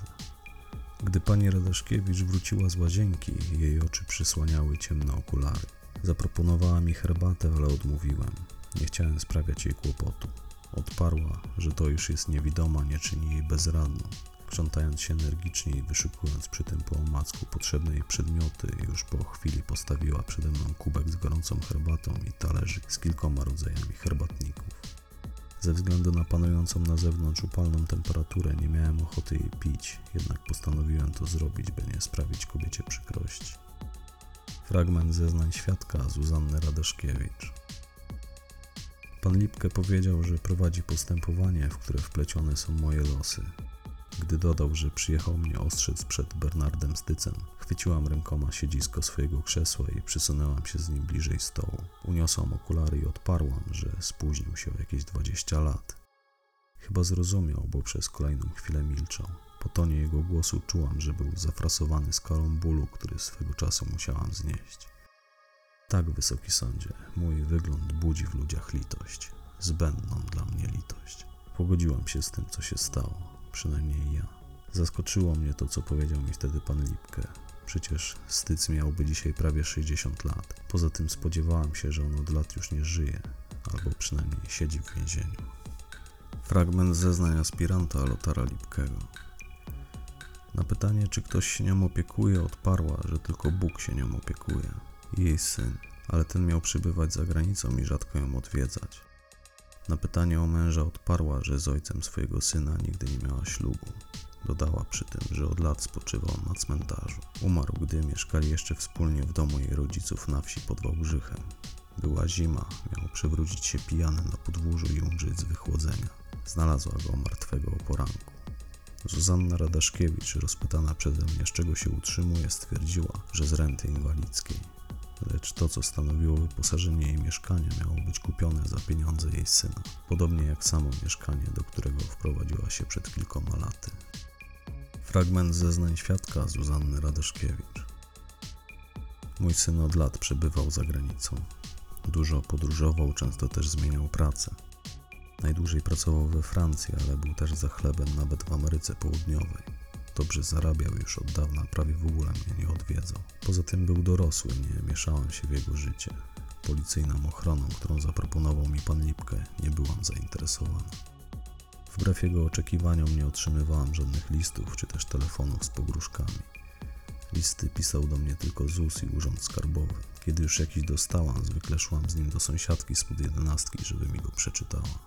Gdy pani Radaszkiewicz wróciła z łazienki, jej oczy przysłaniały ciemne okulary. Zaproponowała mi herbatę, ale odmówiłem. Nie chciałem sprawiać jej kłopotu. Odparła, że to już jest niewidoma, nie czyni jej bezradną. Krzątając się energicznie i wyszukując przy tym po omacku potrzebne jej przedmioty, już po chwili postawiła przede mną kubek z gorącą herbatą i talerzyk z kilkoma rodzajami herbatników. Ze względu na panującą na zewnątrz upalną temperaturę nie miałem ochoty jej pić, jednak postanowiłem to zrobić, by nie sprawić kobiecie przykrości. Fragment zeznań świadka Zuzanny Radaszkiewicz. Pan Lipke powiedział, że prowadzi postępowanie, w które wplecione są moje losy. Gdy dodał, że przyjechał mnie ostrzec przed Bernardem Stycem, chwyciłam rękoma siedzisko swojego krzesła i przysunęłam się z nim bliżej stołu. Uniosłam okulary i odparłam, że spóźnił się o jakieś 20 lat. Chyba zrozumiał, bo przez kolejną chwilę milczał. Po tonie jego głosu czułam, że był zafrasowany skalą bólu, który swego czasu musiałam znieść. Tak, wysoki sądzie, mój wygląd budzi w ludziach litość, zbędną dla mnie litość. Pogodziłam się z tym, co się stało. Przynajmniej ja. Zaskoczyło mnie to, co powiedział mi wtedy pan Lipke. Przecież Styc miałby dzisiaj prawie 60 lat. Poza tym spodziewałam się, że on od lat już nie żyje, albo przynajmniej siedzi w więzieniu. Fragment zeznań aspiranta Lothara Lipkego. Na pytanie, czy ktoś się nią opiekuje, odparła, że tylko Bóg się nią opiekuje. Jej syn, ale ten miał przybywać za granicą i rzadko ją odwiedzać. Na pytanie o męża odparła, że z ojcem swojego syna nigdy nie miała ślubu. Dodała przy tym, że od lat spoczywał na cmentarzu. Umarł, gdy mieszkali jeszcze wspólnie w domu jej rodziców na wsi pod Wałbrzychem. Była zima, miał przewrócić się pijany na podwórzu i umrzeć z wychłodzenia. Znalazła go martwego o poranku. Zuzanna Radaszkiewicz, rozpytana przeze mnie, z czego się utrzymuje, stwierdziła, że z renty inwalidzkiej. Lecz to, co stanowiło wyposażenie jej mieszkania, miało być kupione za pieniądze jej syna, podobnie jak samo mieszkanie, do którego wprowadziła się przed kilkoma laty. Fragment zeznań świadka Zuzanny Radaszkiewicz. Mój syn od lat przebywał za granicą. Dużo podróżował, często też zmieniał pracę. Najdłużej pracował we Francji, ale był też za chlebem nawet w Ameryce Południowej. Dobrze zarabiał już od dawna, prawie w ogóle mnie nie odwiedzał. Poza tym był dorosły, nie mieszałem się w jego życie. Policyjną ochroną, którą zaproponował mi pan Lipke, nie byłam zainteresowana. Wbrew jego oczekiwaniom nie otrzymywałam żadnych listów czy też telefonów z pogróżkami. Listy pisał do mnie tylko ZUS i Urząd Skarbowy. Kiedy już jakiś dostałam, zwykle szłam z nim do sąsiadki spod 11, żeby mi go przeczytała.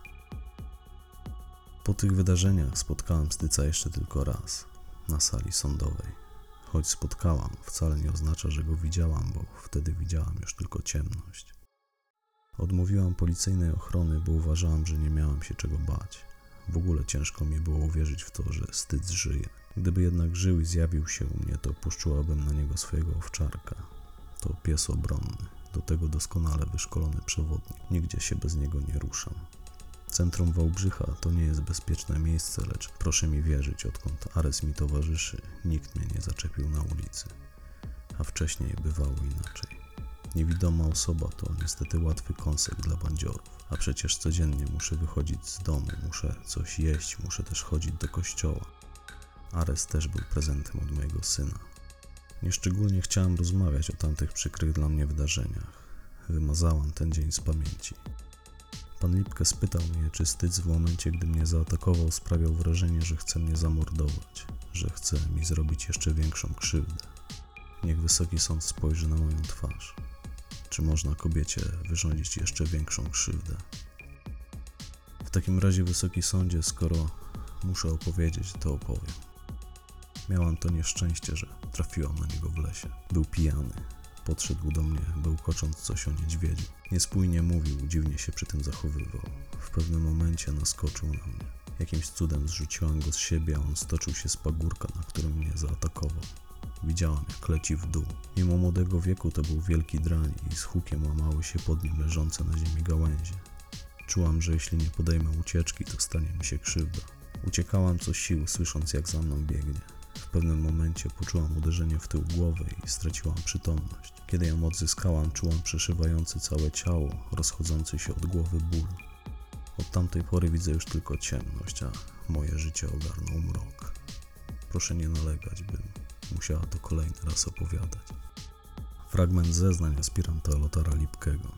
Po tych wydarzeniach spotkałem Styca jeszcze tylko raz, na sali sądowej. Choć spotkałam, wcale nie oznacza, że go widziałam, bo wtedy widziałam już tylko ciemność. Odmówiłam policyjnej ochrony, bo uważałam, że nie miałam się czego bać. W ogóle ciężko mi było uwierzyć w to, że Styc żyje. Gdyby jednak żył i zjawił się u mnie, to puszczyłabym na niego swojego owczarka. To pies obronny, do tego doskonale wyszkolony przewodnik. Nigdzie się bez niego nie ruszam. Centrum Wałbrzycha to nie jest bezpieczne miejsce, lecz proszę mi wierzyć, odkąd Ares mi towarzyszy, nikt mnie nie zaczepił na ulicy. A wcześniej bywało inaczej. Niewidoma osoba to niestety łatwy kąsek dla bandziorów, a przecież codziennie muszę wychodzić z domu, muszę coś jeść, muszę też chodzić do kościoła. Ares też był prezentem od mojego syna. Nieszczególnie chciałem rozmawiać o tamtych przykrych dla mnie wydarzeniach. Wymazałam ten dzień z pamięci. Pan Lipke spytał mnie, czy Styc w momencie, gdy mnie zaatakował, sprawiał wrażenie, że chce mnie zamordować, że chce mi zrobić jeszcze większą krzywdę. Niech Wysoki Sąd spojrzy na moją twarz. Czy można kobiecie wyrządzić jeszcze większą krzywdę? W takim razie, Wysoki Sądzie, skoro muszę opowiedzieć, to opowiem. Miałam to nieszczęście, że trafiłam na niego w lesie. Był pijany. Podszedł do mnie, bełkocząc coś o niedźwiedziu. Niespójnie mówił, dziwnie się przy tym zachowywał. W pewnym momencie naskoczył na mnie. Jakimś cudem zrzuciłam go z siebie, a on stoczył się z pagórka, na którym mnie zaatakował. Widziałam, jak leci w dół. Mimo młodego wieku to był wielki drań i z hukiem łamały się pod nim leżące na ziemi gałęzie. Czułam, że jeśli nie podejmę ucieczki, to stanie mi się krzywda. Uciekałam co sił, słysząc, jak za mną biegnie. W pewnym momencie poczułam uderzenie w tył głowy i straciłam przytomność. Kiedy ją odzyskałam, czułam przeszywający całe ciało, rozchodzący się od głowy ból. Od tamtej pory widzę już tylko ciemność, a moje życie ogarnął mrok. Proszę nie nalegać, bym musiała to kolejny raz opowiadać. Fragment zeznań aspiranta Lothara Lipkego.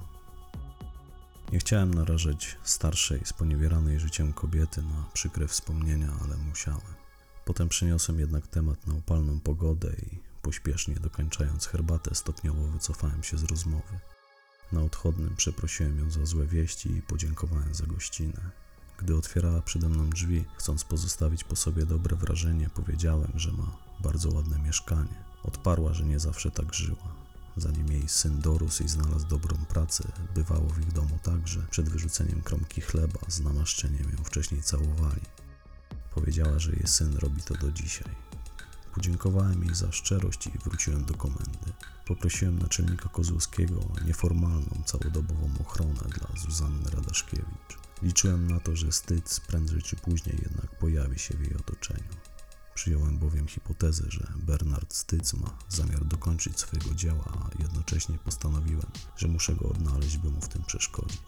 Nie chciałem narażać starszej, sponiewieranej życiem kobiety na przykre wspomnienia, ale musiałem. Potem przeniosłem jednak temat na upalną pogodę i pośpiesznie dokończając herbatę stopniowo wycofałem się z rozmowy. Na odchodnym przeprosiłem ją za złe wieści i podziękowałem za gościnę. Gdy otwierała przede mną drzwi, chcąc pozostawić po sobie dobre wrażenie, powiedziałem, że ma bardzo ładne mieszkanie. Odparła, że nie zawsze tak żyła. Zanim jej syn dorósł i znalazł dobrą pracę, bywało w ich domu tak, że przed wyrzuceniem kromki chleba z namaszczeniem ją wcześniej całowali. Powiedziała, że jej syn robi to do dzisiaj. Podziękowałem jej za szczerość i wróciłem do komendy. Poprosiłem naczelnika Kozłowskiego o nieformalną, całodobową ochronę dla Zuzanny Radaszkiewicz. Liczyłem na to, że Styc prędzej czy później jednak pojawi się w jej otoczeniu. Przyjąłem bowiem hipotezę, że Bernard Styc ma zamiar dokończyć swojego dzieła, a jednocześnie postanowiłem, że muszę go odnaleźć, by mu w tym przeszkodzić.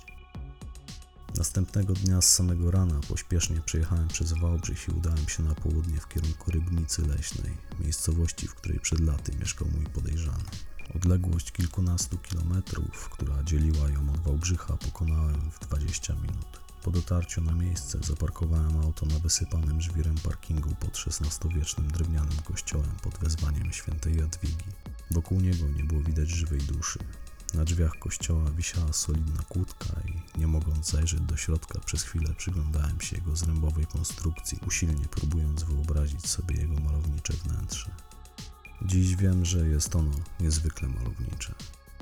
Następnego dnia z samego rana pośpiesznie przejechałem przez Wałbrzych i udałem się na południe w kierunku Rybnicy Leśnej, miejscowości, w której przed laty mieszkał mój podejrzany. Odległość kilkunastu kilometrów, która dzieliła ją od Wałbrzycha, pokonałem w 20 minut. Po dotarciu na miejsce zaparkowałem auto na wysypanym żwirem parkingu pod XVI-wiecznym drewnianym kościołem pod wezwaniem świętej Jadwigi. Wokół niego nie było widać żywej duszy. Na drzwiach kościoła wisiała solidna kłódka i nie mogąc zajrzeć do środka, przez chwilę przyglądałem się jego zrębowej konstrukcji, usilnie próbując wyobrazić sobie jego malownicze wnętrze. Dziś wiem, że jest ono niezwykle malownicze.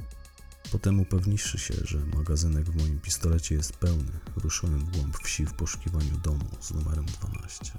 Potem upewniwszy się, że magazynek w moim pistolecie jest pełny, ruszyłem w głąb wsi w poszukiwaniu domu z numerem 12.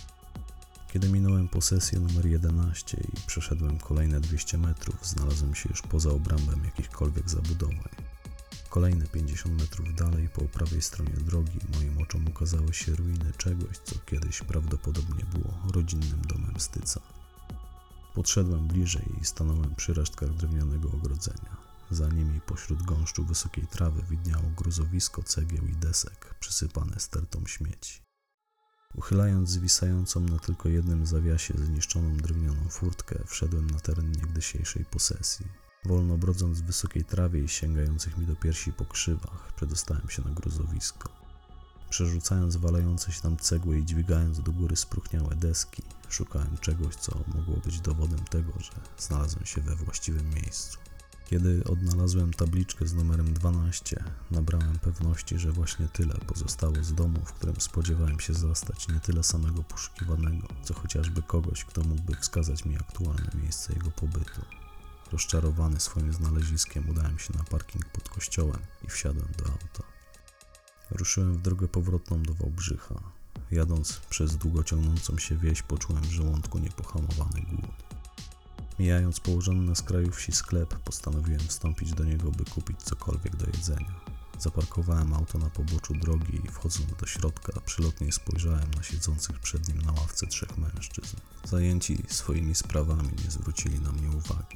Kiedy minąłem posesję numer 11 i przeszedłem kolejne 200 metrów, znalazłem się już poza obrębem jakichkolwiek zabudowań. Kolejne 50 metrów dalej, po prawej stronie drogi, moim oczom ukazały się ruiny czegoś, co kiedyś prawdopodobnie było rodzinnym domem Styca. Podszedłem bliżej i stanąłem przy resztkach drewnianego ogrodzenia. Za nimi pośród gąszczu wysokiej trawy widniało gruzowisko cegieł i desek, przysypane stertą śmieci. Uchylając zwisającą na tylko jednym zawiasie zniszczoną drewnianą furtkę, wszedłem na teren niegdysiejszej posesji. Wolno brodząc w wysokiej trawie i sięgających mi do piersi pokrzywach, przedostałem się na gruzowisko. Przerzucając walające się tam cegły i dźwigając do góry spróchniałe deski, szukałem czegoś, co mogło być dowodem tego, że znalazłem się we właściwym miejscu. Kiedy odnalazłem tabliczkę z numerem 12, nabrałem pewności, że właśnie tyle pozostało z domu, w którym spodziewałem się zastać nie tyle samego poszukiwanego, co chociażby kogoś, kto mógłby wskazać mi aktualne miejsce jego pobytu. Rozczarowany swoim znaleziskiem udałem się na parking pod kościołem i wsiadłem do auta. Ruszyłem w drogę powrotną do Wałbrzycha. Jadąc przez długo ciągnącą się wieś, poczułem w żołądku niepohamowany głód. Mijając położony na skraju wsi sklep, postanowiłem wstąpić do niego, by kupić cokolwiek do jedzenia. Zaparkowałem auto na poboczu drogi i wchodząc do środka, przylotnie spojrzałem na siedzących przed nim na ławce 3 mężczyzn. Zajęci swoimi sprawami nie zwrócili na mnie uwagi.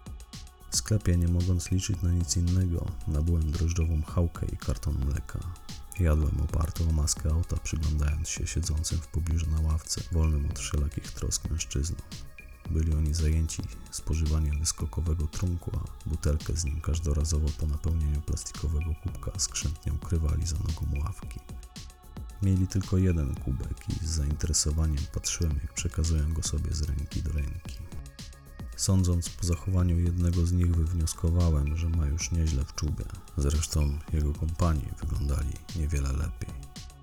W sklepie, nie mogąc liczyć na nic innego, nabyłem drożdżową chałkę i karton mleka. Jadłem oparty o maskę auta, przyglądając się siedzącym w pobliżu na ławce, wolnym od wszelakich trosk mężczyznom. Byli oni zajęci spożywaniem wyskokowego trunku, a butelkę z nim każdorazowo po napełnieniu plastikowego kubka skrzętnie ukrywali za nogą ławki. Mieli tylko jeden kubek i z zainteresowaniem patrzyłem, jak przekazują go sobie z ręki do ręki. Sądząc po zachowaniu jednego z nich, wywnioskowałem, że ma już nieźle w czubie. Zresztą jego kompanii wyglądali niewiele lepiej.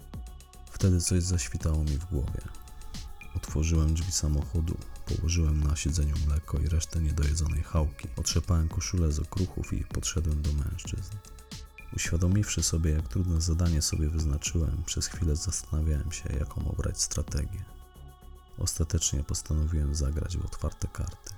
Wtedy coś zaświtało mi w głowie. Otworzyłem drzwi samochodu, położyłem na siedzeniu mleko i resztę niedojedzonej chałki. Otrzepałem koszulę z okruchów i podszedłem do mężczyzn. Uświadomiwszy sobie, jak trudne zadanie sobie wyznaczyłem, przez chwilę zastanawiałem się, jaką obrać strategię. Ostatecznie postanowiłem zagrać w otwarte karty.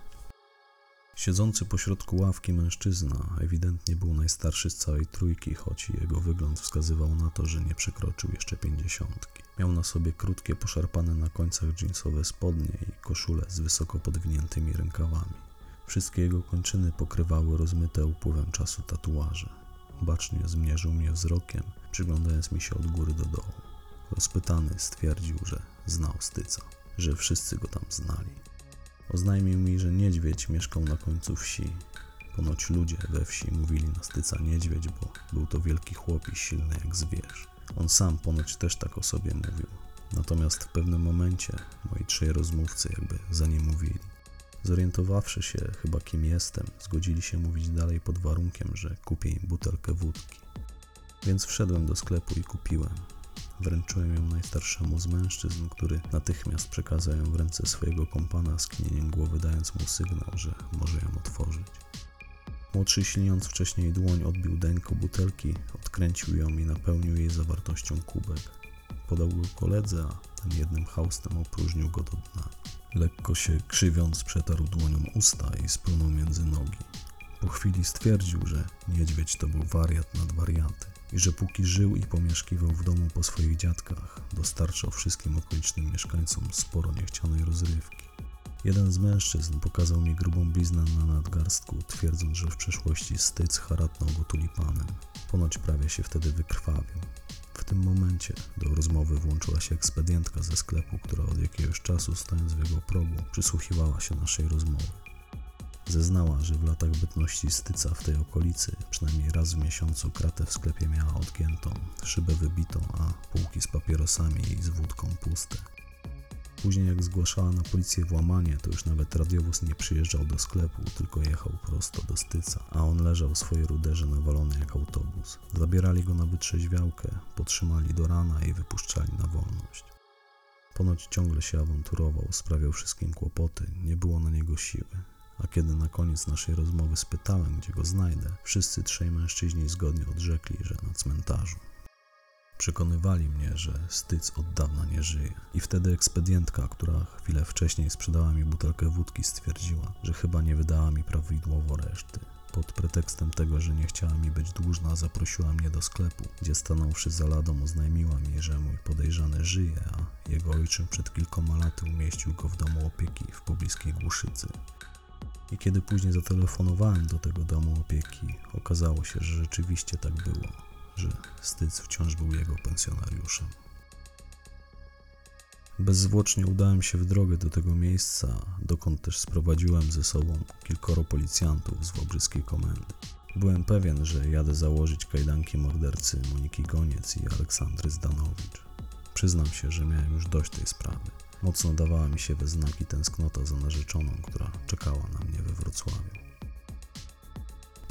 Siedzący pośrodku ławki mężczyzna ewidentnie był najstarszy z całej trójki, choć jego wygląd wskazywał na to, że nie przekroczył jeszcze 50. Miał na sobie krótkie, poszarpane na końcach dżinsowe spodnie i koszulę z wysoko podwiniętymi rękawami. Wszystkie jego kończyny pokrywały rozmyte upływem czasu tatuaże. Bacznie zmierzył mnie wzrokiem, przyglądając mi się od góry do dołu. Rozpytany stwierdził, że znał Styca, że wszyscy go tam znali. Oznajmił mi, że niedźwiedź mieszkał na końcu wsi. Ponoć ludzie we wsi mówili na Styca niedźwiedź, bo był to wielki chłop i silny jak zwierz. On sam ponoć też tak o sobie mówił. Natomiast w pewnym momencie moi 3 rozmówcy jakby za nie mówili. Zorientowawszy się chyba kim jestem, zgodzili się mówić dalej pod warunkiem, że kupię im butelkę wódki. Więc wszedłem do sklepu i kupiłem. Wręczyłem ją najstarszemu z mężczyzn, który natychmiast przekazał ją w ręce swojego kompana, skinieniem głowy dając mu sygnał, że może ją otworzyć. Młodszy, silniąc wcześniej dłoń, odbił denko butelki, odkręcił ją i napełnił jej zawartością kubek. Podał go koledze, a ten jednym haustem opróżnił go do dna. Lekko się krzywiąc, przetarł dłonią usta i splunął między nogi. Po chwili stwierdził, że niedźwiedź to był wariat nad wariaty i że póki żył i pomieszkiwał w domu po swoich dziadkach, dostarczał wszystkim okolicznym mieszkańcom sporo niechcianej rozrywki. Jeden z mężczyzn pokazał mi grubą bliznę na nadgarstku, twierdząc, że w przeszłości Styc haratnął go tulipanem. Ponoć prawie się wtedy wykrwawił. W tym momencie do rozmowy włączyła się ekspedientka ze sklepu, która od jakiegoś czasu, stojąc w jego progu, przysłuchiwała się naszej rozmowie. Zeznała, że w latach bytności Styca w tej okolicy przynajmniej raz w miesiącu kratę w sklepie miała odgiętą, szybę wybitą, a półki z papierosami i z wódką puste. Później jak zgłaszała na policję włamanie, to już nawet radiowóz nie przyjeżdżał do sklepu, tylko jechał prosto do Styca, a on leżał w swojej ruderze nawalony jak autobus. Zabierali go na wytrzeźwiałkę, podtrzymali do rana i wypuszczali na wolność. Ponoć ciągle się awanturował, sprawiał wszystkim kłopoty, nie było na niego siły. A kiedy na koniec naszej rozmowy spytałem, gdzie go znajdę, wszyscy 3 mężczyźni zgodnie odrzekli, że na cmentarzu. Przekonywali mnie, że Styc od dawna nie żyje. I wtedy ekspedientka, która chwilę wcześniej sprzedała mi butelkę wódki, stwierdziła, że chyba nie wydała mi prawidłowo reszty. Pod pretekstem tego, że nie chciała mi być dłużna, zaprosiła mnie do sklepu, gdzie stanąwszy za ladą oznajmiła mi, że mój podejrzany żyje, a jego ojczym przed kilkoma laty umieścił go w domu opieki w pobliskiej Głuszycy. I kiedy później zatelefonowałem do tego domu opieki, okazało się, że rzeczywiście tak było, że Styc wciąż był jego pensjonariuszem. Bezzwłocznie udałem się w drogę do tego miejsca, dokąd też sprowadziłem ze sobą kilkoro policjantów z wałbrzyskiej komendy. Byłem pewien, że jadę założyć kajdanki mordercy Moniki Goniec i Aleksandry Zdanowicz. Przyznam się, że miałem już dość tej sprawy. Mocno dawała mi się we znaki tęsknota za narzeczoną, która czekała na mnie we Wrocławiu.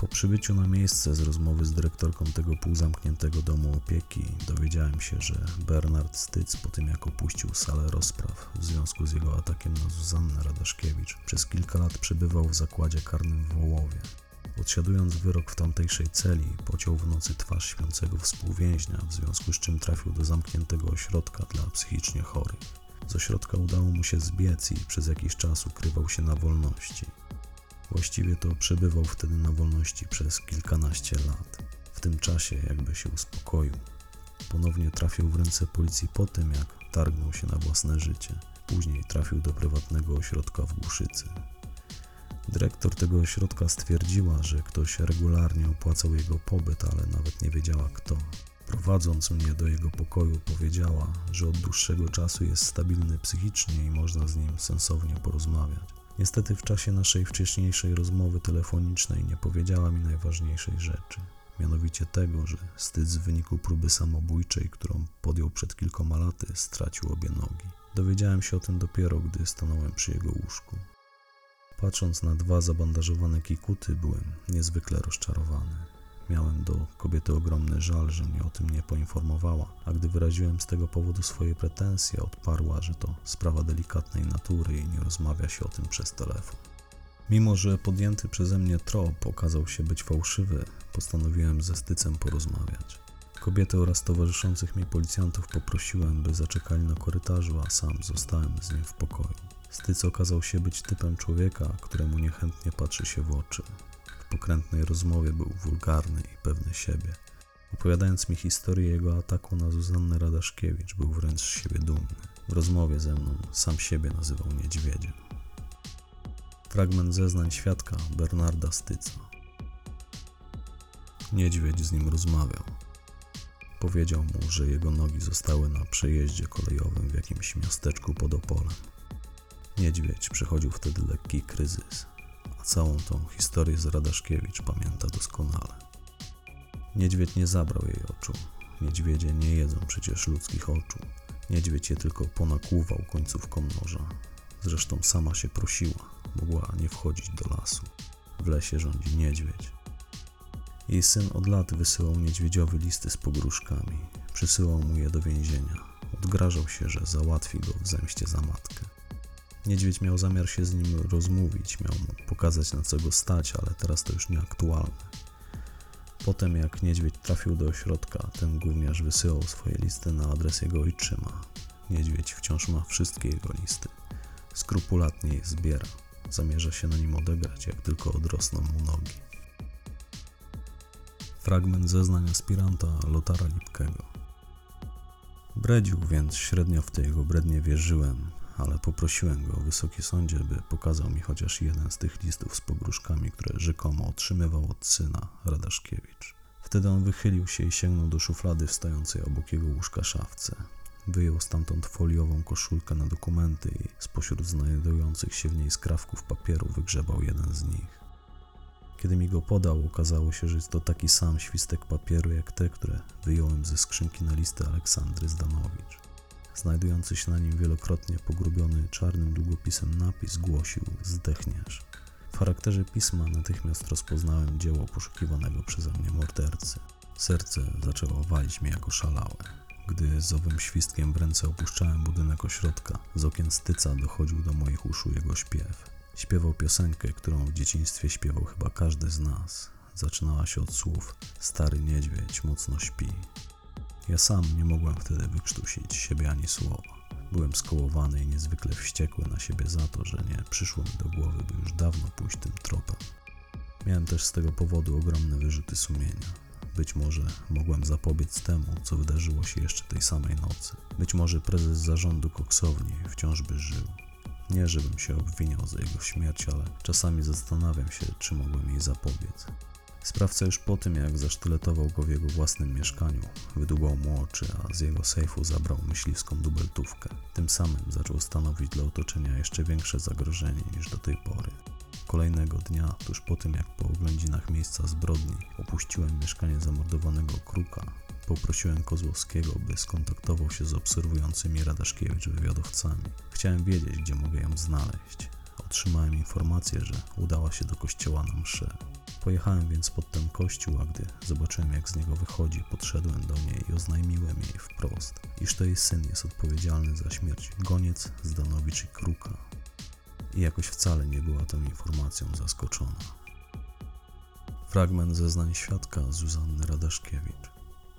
Po przybyciu na miejsce z rozmowy z dyrektorką tego półzamkniętego domu opieki dowiedziałem się, że Bernard Styc po tym jak opuścił salę rozpraw w związku z jego atakiem na Zuzannę Radaszkiewicz przez kilka lat przebywał w zakładzie karnym w Wołowie. Odsiadując wyrok w tamtejszej celi, pociął w nocy twarz śpiącego współwięźnia, w związku z czym trafił do zamkniętego ośrodka dla psychicznie chorych. Z ośrodka udało mu się zbiec i przez jakiś czas ukrywał się na wolności. Właściwie to przebywał wtedy na wolności przez kilkanaście lat. W tym czasie jakby się uspokoił. Ponownie trafił w ręce policji po tym, jak targnął się na własne życie. Później trafił do prywatnego ośrodka w Głuszycy. Dyrektor tego ośrodka stwierdziła, że ktoś regularnie opłacał jego pobyt, ale nawet nie wiedziała kto. Prowadząc mnie do jego pokoju, powiedziała, że od dłuższego czasu jest stabilny psychicznie i można z nim sensownie porozmawiać. Niestety w czasie naszej wcześniejszej rozmowy telefonicznej nie powiedziała mi najważniejszej rzeczy. Mianowicie tego, że Styc w wyniku próby samobójczej, którą podjął przed kilkoma laty, stracił obie nogi. Dowiedziałem się o tym dopiero, gdy stanąłem przy jego łóżku. Patrząc na dwa zabandażowane kikuty, byłem niezwykle rozczarowany. Miałem do kobiety ogromny żal, że mnie o tym nie poinformowała, a gdy wyraziłem z tego powodu swoje pretensje, odparła, że to sprawa delikatnej natury i nie rozmawia się o tym przez telefon. Mimo że podjęty przeze mnie trop okazał się być fałszywy, postanowiłem ze Stycem porozmawiać. Kobietę oraz towarzyszących mi policjantów poprosiłem, by zaczekali na korytarzu, a sam zostałem z nim w pokoju. Styc okazał się być typem człowieka, któremu niechętnie patrzy się w oczy. W pokrętnej rozmowie był wulgarny i pewny siebie. Opowiadając mi historię jego ataku na Zuzannę Radaszkiewicz, był wręcz z siebie dumny. W rozmowie ze mną sam siebie nazywał niedźwiedziem. Fragment zeznań świadka Bernarda Styca. Niedźwiedź z nim rozmawiał. Powiedział mu, że jego nogi zostały na przejeździe kolejowym w jakimś miasteczku pod Opolem. Niedźwiedź przechodził wtedy lekki kryzys, a całą tą historię z Radaszkiewicz pamięta doskonale. Niedźwiedź nie zabrał jej oczu. Niedźwiedzie nie jedzą przecież ludzkich oczu. Niedźwiedź je tylko ponakłuwał końcówką noża. Zresztą sama się prosiła, mogła nie wchodzić do lasu. W lesie rządzi niedźwiedź. Jej syn od lat wysyłał niedźwiedziowi listy z pogróżkami. Przysyłał mu je do więzienia. Odgrażał się, że załatwi go w zemście za matkę. Niedźwiedź miał zamiar się z nim rozmówić, miał mu pokazać, na co go stać, ale teraz to już nieaktualne. Potem jak niedźwiedź trafił do ośrodka, ten gówniarz wysyłał swoje listy na adres jego ojczyma. Niedźwiedź wciąż ma wszystkie jego listy. Skrupulatnie je zbiera. Zamierza się na nim odegrać, jak tylko odrosną mu nogi. Fragment zeznań aspiranta Lotara Lipkego. Bredził, więc średnio w te jego brednie wierzyłem, ale poprosiłem go, Wysoki Sądzie, by pokazał mi chociaż jeden z tych listów z pogróżkami, które rzekomo otrzymywał od syna Radaszkiewicz. Wtedy on wychylił się i sięgnął do szuflady wstającej obok jego łóżka szafce. Wyjął stamtąd foliową koszulkę na dokumenty i spośród znajdujących się w niej skrawków papieru wygrzebał jeden z nich. Kiedy mi go podał, okazało się, że jest to taki sam świstek papieru jak te, które wyjąłem ze skrzynki na listy Aleksandry Zdanowicz. Znajdujący się na nim wielokrotnie pogrubiony czarnym długopisem napis głosił: zdechniesz. W charakterze pisma natychmiast rozpoznałem dzieło poszukiwanego przeze mnie mordercy. Serce zaczęło walić mnie jako szalałe. Gdy z owym świstkiem w ręce opuszczałem budynek ośrodka, z okien Styca dochodził do moich uszu jego śpiew. Śpiewał piosenkę, którą w dzieciństwie śpiewał chyba każdy z nas. Zaczynała się od słów: stary niedźwiedź mocno śpi. Ja sam nie mogłem wtedy wykrztusić z siebie ani słowa. Byłem skołowany i niezwykle wściekły na siebie za to, że nie przyszło mi do głowy, by już dawno pójść tym tropem. Miałem też z tego powodu ogromne wyrzuty sumienia. Być może mogłem zapobiec temu, co wydarzyło się jeszcze tej samej nocy. Być może prezes zarządu koksowni wciąż by żył. Nie, żebym się obwiniał za jego śmierć, ale czasami zastanawiam się, czy mogłem jej zapobiec. Sprawca już po tym, jak zasztyletował go w jego własnym mieszkaniu, wydłubał mu oczy, a z jego sejfu zabrał myśliwską dubeltówkę. Tym samym zaczął stanowić dla otoczenia jeszcze większe zagrożenie niż do tej pory. Kolejnego dnia, tuż po tym jak po oględzinach miejsca zbrodni opuściłem mieszkanie zamordowanego Kruka, poprosiłem Kozłowskiego, by skontaktował się z obserwującymi Radaszkiewicz wywiadowcami. Chciałem wiedzieć, gdzie mogę ją znaleźć. Otrzymałem informację, że udała się do kościoła na mszę. Pojechałem więc pod ten kościół, a gdy zobaczyłem, jak z niego wychodzi, podszedłem do niej i oznajmiłem jej wprost, iż to jej syn jest odpowiedzialny za śmierć Goniec, Zdanowicz i Kruka. I jakoś wcale nie była tą informacją zaskoczona. Fragment zeznań świadka Zuzanny Radaszkiewicz.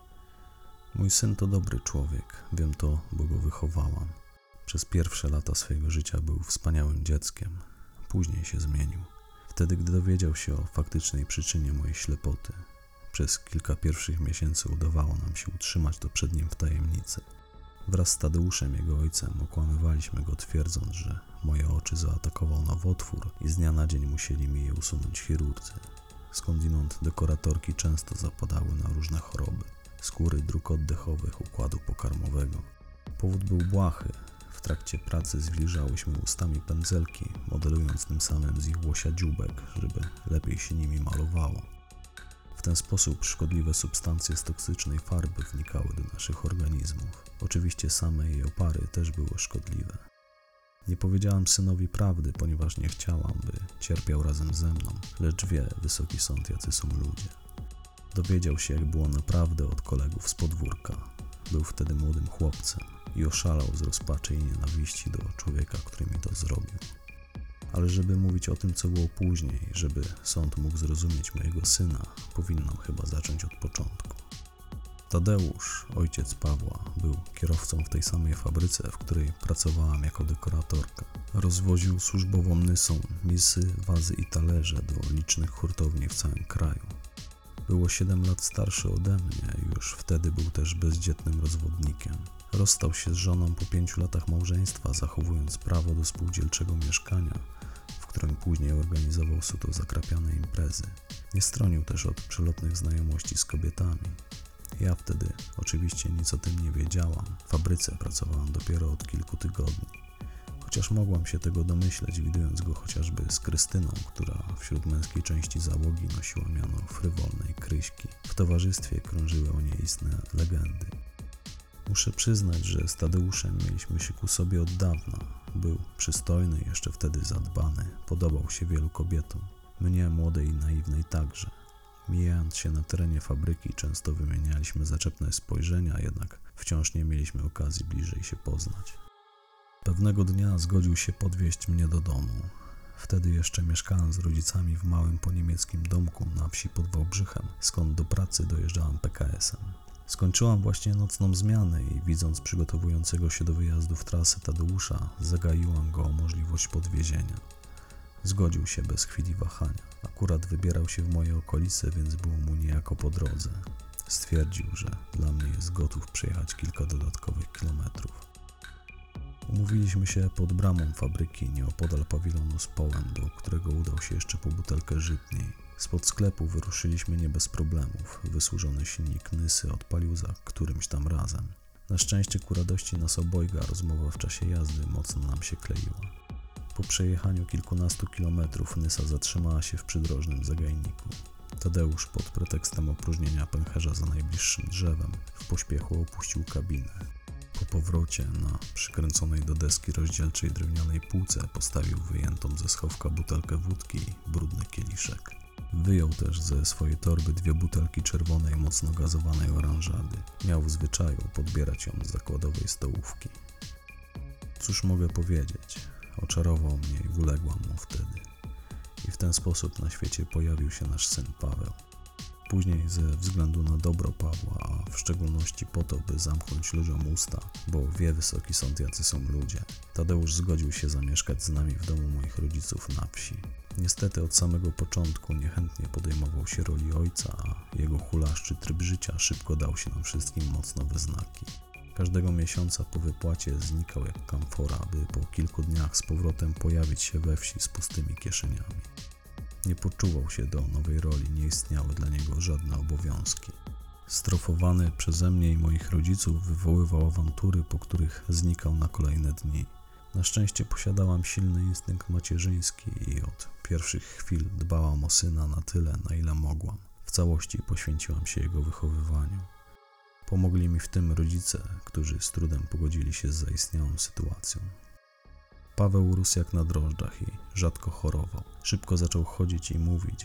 Mój syn to dobry człowiek, wiem to, bo go wychowałam. Przez pierwsze lata swojego życia był wspaniałym dzieckiem, później się zmienił. Wtedy, gdy dowiedział się o faktycznej przyczynie mojej ślepoty, przez kilka pierwszych miesięcy udawało nam się utrzymać to przed nim w tajemnicy. Wraz z Tadeuszem, jego ojcem, okłamywaliśmy go, twierdząc, że moje oczy zaatakował nowotwór i z dnia na dzień musieli mi je usunąć chirurdzy. Skądinąd dekoratorki często zapadały na różne choroby skóry, dróg oddechowych, układu pokarmowego. Powód był błahy. W trakcie pracy zwilżałyśmy ustami pędzelki, modelując tym samym z ich łosia dzióbek, żeby lepiej się nimi malowało. W ten sposób szkodliwe substancje z toksycznej farby wnikały do naszych organizmów. Oczywiście same jej opary też były szkodliwe. Nie powiedziałam synowi prawdy, ponieważ nie chciałam, by cierpiał razem ze mną, lecz wie wysoki sąd, jacy są ludzie. Dowiedział się, jak było naprawdę od kolegów z podwórka. Był wtedy młodym chłopcem i oszalał z rozpaczy i nienawiści do człowieka, który mi to zrobił. Ale żeby mówić o tym, co było później, żeby sąd mógł zrozumieć mojego syna, powinnam chyba zacząć od początku. Tadeusz, ojciec Pawła, był kierowcą w tej samej fabryce, w której pracowałam jako dekoratorka. Rozwoził służbową nysą misy, wazy i talerze do licznych hurtowni w całym kraju. Był o 7 lat starszy ode mnie i już wtedy był też bezdzietnym rozwodnikiem. Rozstał się z żoną po 5 latach małżeństwa, zachowując prawo do spółdzielczego mieszkania, w którym później organizował suto zakrapiane imprezy. Nie stronił też od przelotnych znajomości z kobietami. Ja wtedy oczywiście nic o tym nie wiedziałam. W fabryce pracowałam dopiero od kilku tygodni. Chociaż mogłam się tego domyśleć, widując go chociażby z Krystyną, która wśród męskiej części załogi nosiła miano frywolnej Kryśki. W towarzystwie krążyły o niej istne legendy. Muszę przyznać, że z Tadeuszem mieliśmy się ku sobie od dawna. Był przystojny, jeszcze wtedy zadbany, podobał się wielu kobietom. Mnie, młodej i naiwnej, także. Mijając się na terenie fabryki, często wymienialiśmy zaczepne spojrzenia, jednak wciąż nie mieliśmy okazji bliżej się poznać. Pewnego dnia zgodził się podwieźć mnie do domu. Wtedy jeszcze mieszkałem z rodzicami w małym poniemieckim domku na wsi pod Wałbrzychem, skąd do pracy dojeżdżałem PKS-em. Skończyłam właśnie nocną zmianę i widząc przygotowującego się do wyjazdu w trasę Tadeusza, zagaiłam go o możliwość podwiezienia. Zgodził się bez chwili wahania. Akurat wybierał się w moje okolice, więc było mu niejako po drodze. Stwierdził, że dla mnie jest gotów przejechać kilka dodatkowych kilometrów. Umówiliśmy się pod bramą fabryki nieopodal pawilonu z Połem, do którego udał się jeszcze po butelkę żytniej. Spod sklepu wyruszyliśmy nie bez problemów. Wysłużony silnik Nysy odpalił za którymś tam razem. Na szczęście ku radości nas obojga rozmowa w czasie jazdy mocno nam się kleiła. Po przejechaniu kilkunastu kilometrów Nysa zatrzymała się w przydrożnym zagajniku. Tadeusz pod pretekstem opróżnienia pęcherza za najbliższym drzewem w pośpiechu opuścił kabinę. Po powrocie na przykręconej do deski rozdzielczej drewnianej półce postawił wyjętą ze schowka butelkę wódki i brudny kieliszek. Wyjął też ze swojej torby 2 butelki czerwonej, mocno gazowanej oranżady. Miał w zwyczaju podbierać ją z zakładowej stołówki. Cóż mogę powiedzieć? Oczarował mnie i uległam mu wtedy. I w ten sposób na świecie pojawił się nasz syn Paweł. Później ze względu na dobro Pawła, a w szczególności po to, by zamknąć ludziom usta, bo wie wysoki sąd, jacy są ludzie, Tadeusz zgodził się zamieszkać z nami w domu moich rodziców na wsi. Niestety od samego początku niechętnie podejmował się roli ojca, a jego hulaszczy tryb życia szybko dał się nam wszystkim mocno we znaki. Każdego miesiąca po wypłacie znikał jak kamfora, by po kilku dniach z powrotem pojawić się we wsi z pustymi kieszeniami. Nie poczuwał się do nowej roli, nie istniały dla niego żadne obowiązki. Strofowany przeze mnie i moich rodziców wywoływał awantury, po których znikał na kolejne dni. Na szczęście posiadałam silny instynkt macierzyński i od pierwszych chwil dbałam o syna na tyle, na ile mogłam. W całości poświęciłam się jego wychowywaniu. Pomogli mi w tym rodzice, którzy z trudem pogodzili się z zaistniałą sytuacją. Paweł rósł jak na drożdżach i rzadko chorował. Szybko zaczął chodzić i mówić, był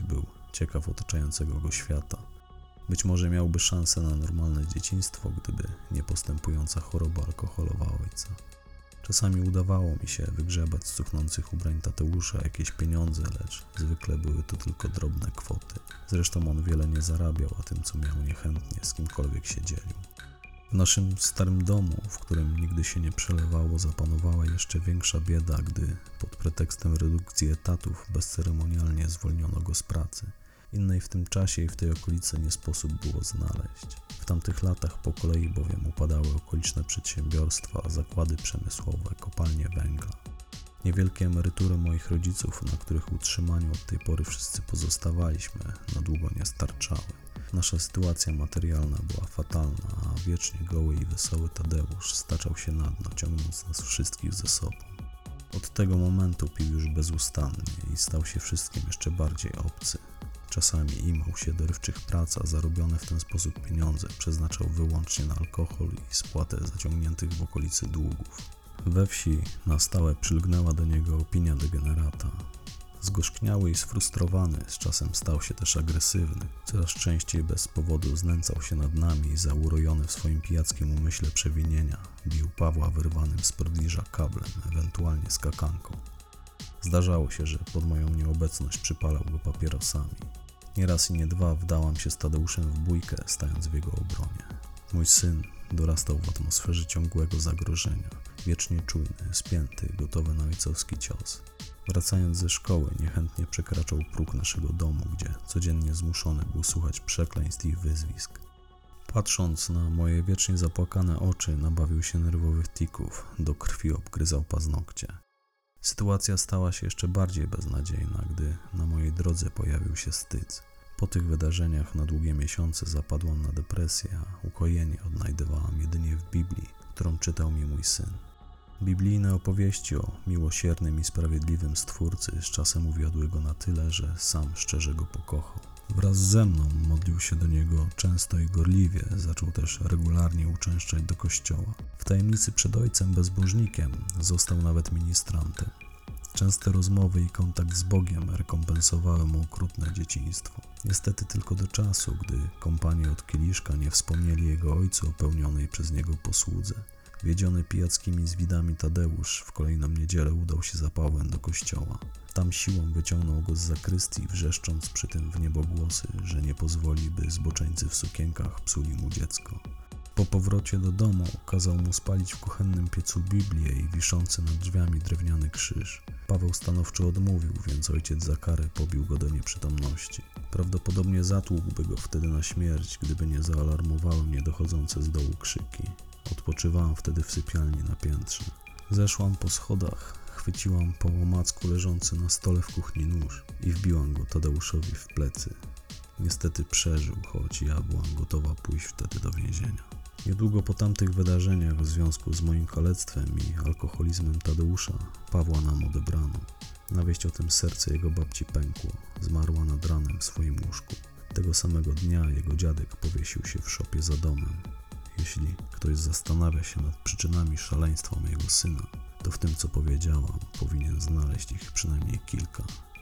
ciekaw otaczającego go świata. Być może miałby szansę na normalne dzieciństwo, gdyby nie postępująca choroba alkoholowa ojca. Czasami udawało mi się wygrzebać z cuchnących ubrań Tadeusza jakieś pieniądze, lecz zwykle były to tylko drobne kwoty. Zresztą on wiele nie zarabiał, a tym co miał niechętnie z kimkolwiek się dzielił. W naszym starym domu, w którym nigdy się nie przelewało, zapanowała jeszcze większa bieda, gdy pod pretekstem redukcji etatów bezceremonialnie zwolniono go z pracy. Innej w tym czasie i w tej okolicy nie sposób było znaleźć. W tamtych latach po kolei bowiem upadały okoliczne przedsiębiorstwa, zakłady przemysłowe, kopalnie węgla. Niewielkie emerytury moich rodziców, na których utrzymaniu od tej pory wszyscy pozostawaliśmy, na długo nie starczały. Nasza sytuacja materialna była fatalna, a wiecznie goły i wesoły Tadeusz staczał się na dno, ciągnąc nas wszystkich ze sobą. Od tego momentu pił już bezustannie i stał się wszystkim jeszcze bardziej obcy. Czasami imał się dorywczych prac, a zarobione w ten sposób pieniądze przeznaczał wyłącznie na alkohol i spłatę zaciągniętych w okolicy długów. We wsi na stałe przylgnęła do niego opinia degenerata. Zgorzkniały i sfrustrowany, z czasem stał się też agresywny. Coraz częściej bez powodu znęcał się nad nami i zaurojony w swoim pijackim umyśle przewinienia bił Pawła wyrwanym z prodliża kablem, ewentualnie skakanką. Zdarzało się, że pod moją nieobecność przypalał go papierosami. Nieraz i nie dwa wdałam się z Tadeuszem w bójkę, stając w jego obronie. Mój syn dorastał w atmosferze ciągłego zagrożenia. Wiecznie czujny, spięty, gotowy na ojcowski cios. Wracając ze szkoły, niechętnie przekraczał próg naszego domu, gdzie codziennie zmuszony był słuchać przekleństw i wyzwisk. Patrząc na moje wiecznie zapłakane oczy, nabawił się nerwowych tików, do krwi obgryzał paznokcie. Sytuacja stała się jeszcze bardziej beznadziejna, gdy na mojej drodze pojawił się Styc. Po tych wydarzeniach na długie miesiące zapadłam na depresję, a ukojenie odnajdywałam jedynie w Biblii, którą czytał mi mój syn. Biblijne opowieści o miłosiernym i sprawiedliwym Stwórcy z czasem uwiodły go na tyle, że sam szczerze go pokochał. Wraz ze mną modlił się do niego często i gorliwie, zaczął też regularnie uczęszczać do kościoła. W tajemnicy przed ojcem bezbożnikiem został nawet ministrantem. Częste rozmowy i kontakt z Bogiem rekompensowały mu okrutne dzieciństwo. Niestety tylko do czasu, gdy kompanie od kieliszka nie wspomnieli jego ojcu o pełnionej przez niego posłudze. Wiedziony pijackimi zwidami Tadeusz w kolejną niedzielę udał się za Pawłem do kościoła. Tam siłą wyciągnął go z zakrystii, wrzeszcząc przy tym w niebogłosy, że nie pozwoli, by zboczeńcy w sukienkach psuli mu dziecko. Po powrocie do domu kazał mu spalić w kuchennym piecu Biblię i wiszący nad drzwiami drewniany krzyż. Paweł stanowczo odmówił, więc ojciec za karę pobił go do nieprzytomności. Prawdopodobnie zatłukłby go wtedy na śmierć, gdyby nie zaalarmowały mnie dochodzące z dołu krzyki. Odpoczywałam wtedy w sypialni na piętrze. Zeszłam po schodach, chwyciłam po omacku leżący na stole w kuchni nóż i wbiłam go Tadeuszowi w plecy. Niestety przeżył, choć ja byłam gotowa pójść wtedy do więzienia. Niedługo po tamtych wydarzeniach w związku z moim kalectwem i alkoholizmem Tadeusza Pawła nam odebrano. Na wieść o tym serce jego babci pękło. Zmarła nad ranem w swoim łóżku. Tego samego dnia jego dziadek powiesił się w szopie za domem. Jeśli ktoś zastanawia się nad przyczynami szaleństwa mojego syna, to w tym, co powiedziałam, powinien znaleźć ich przynajmniej kilka.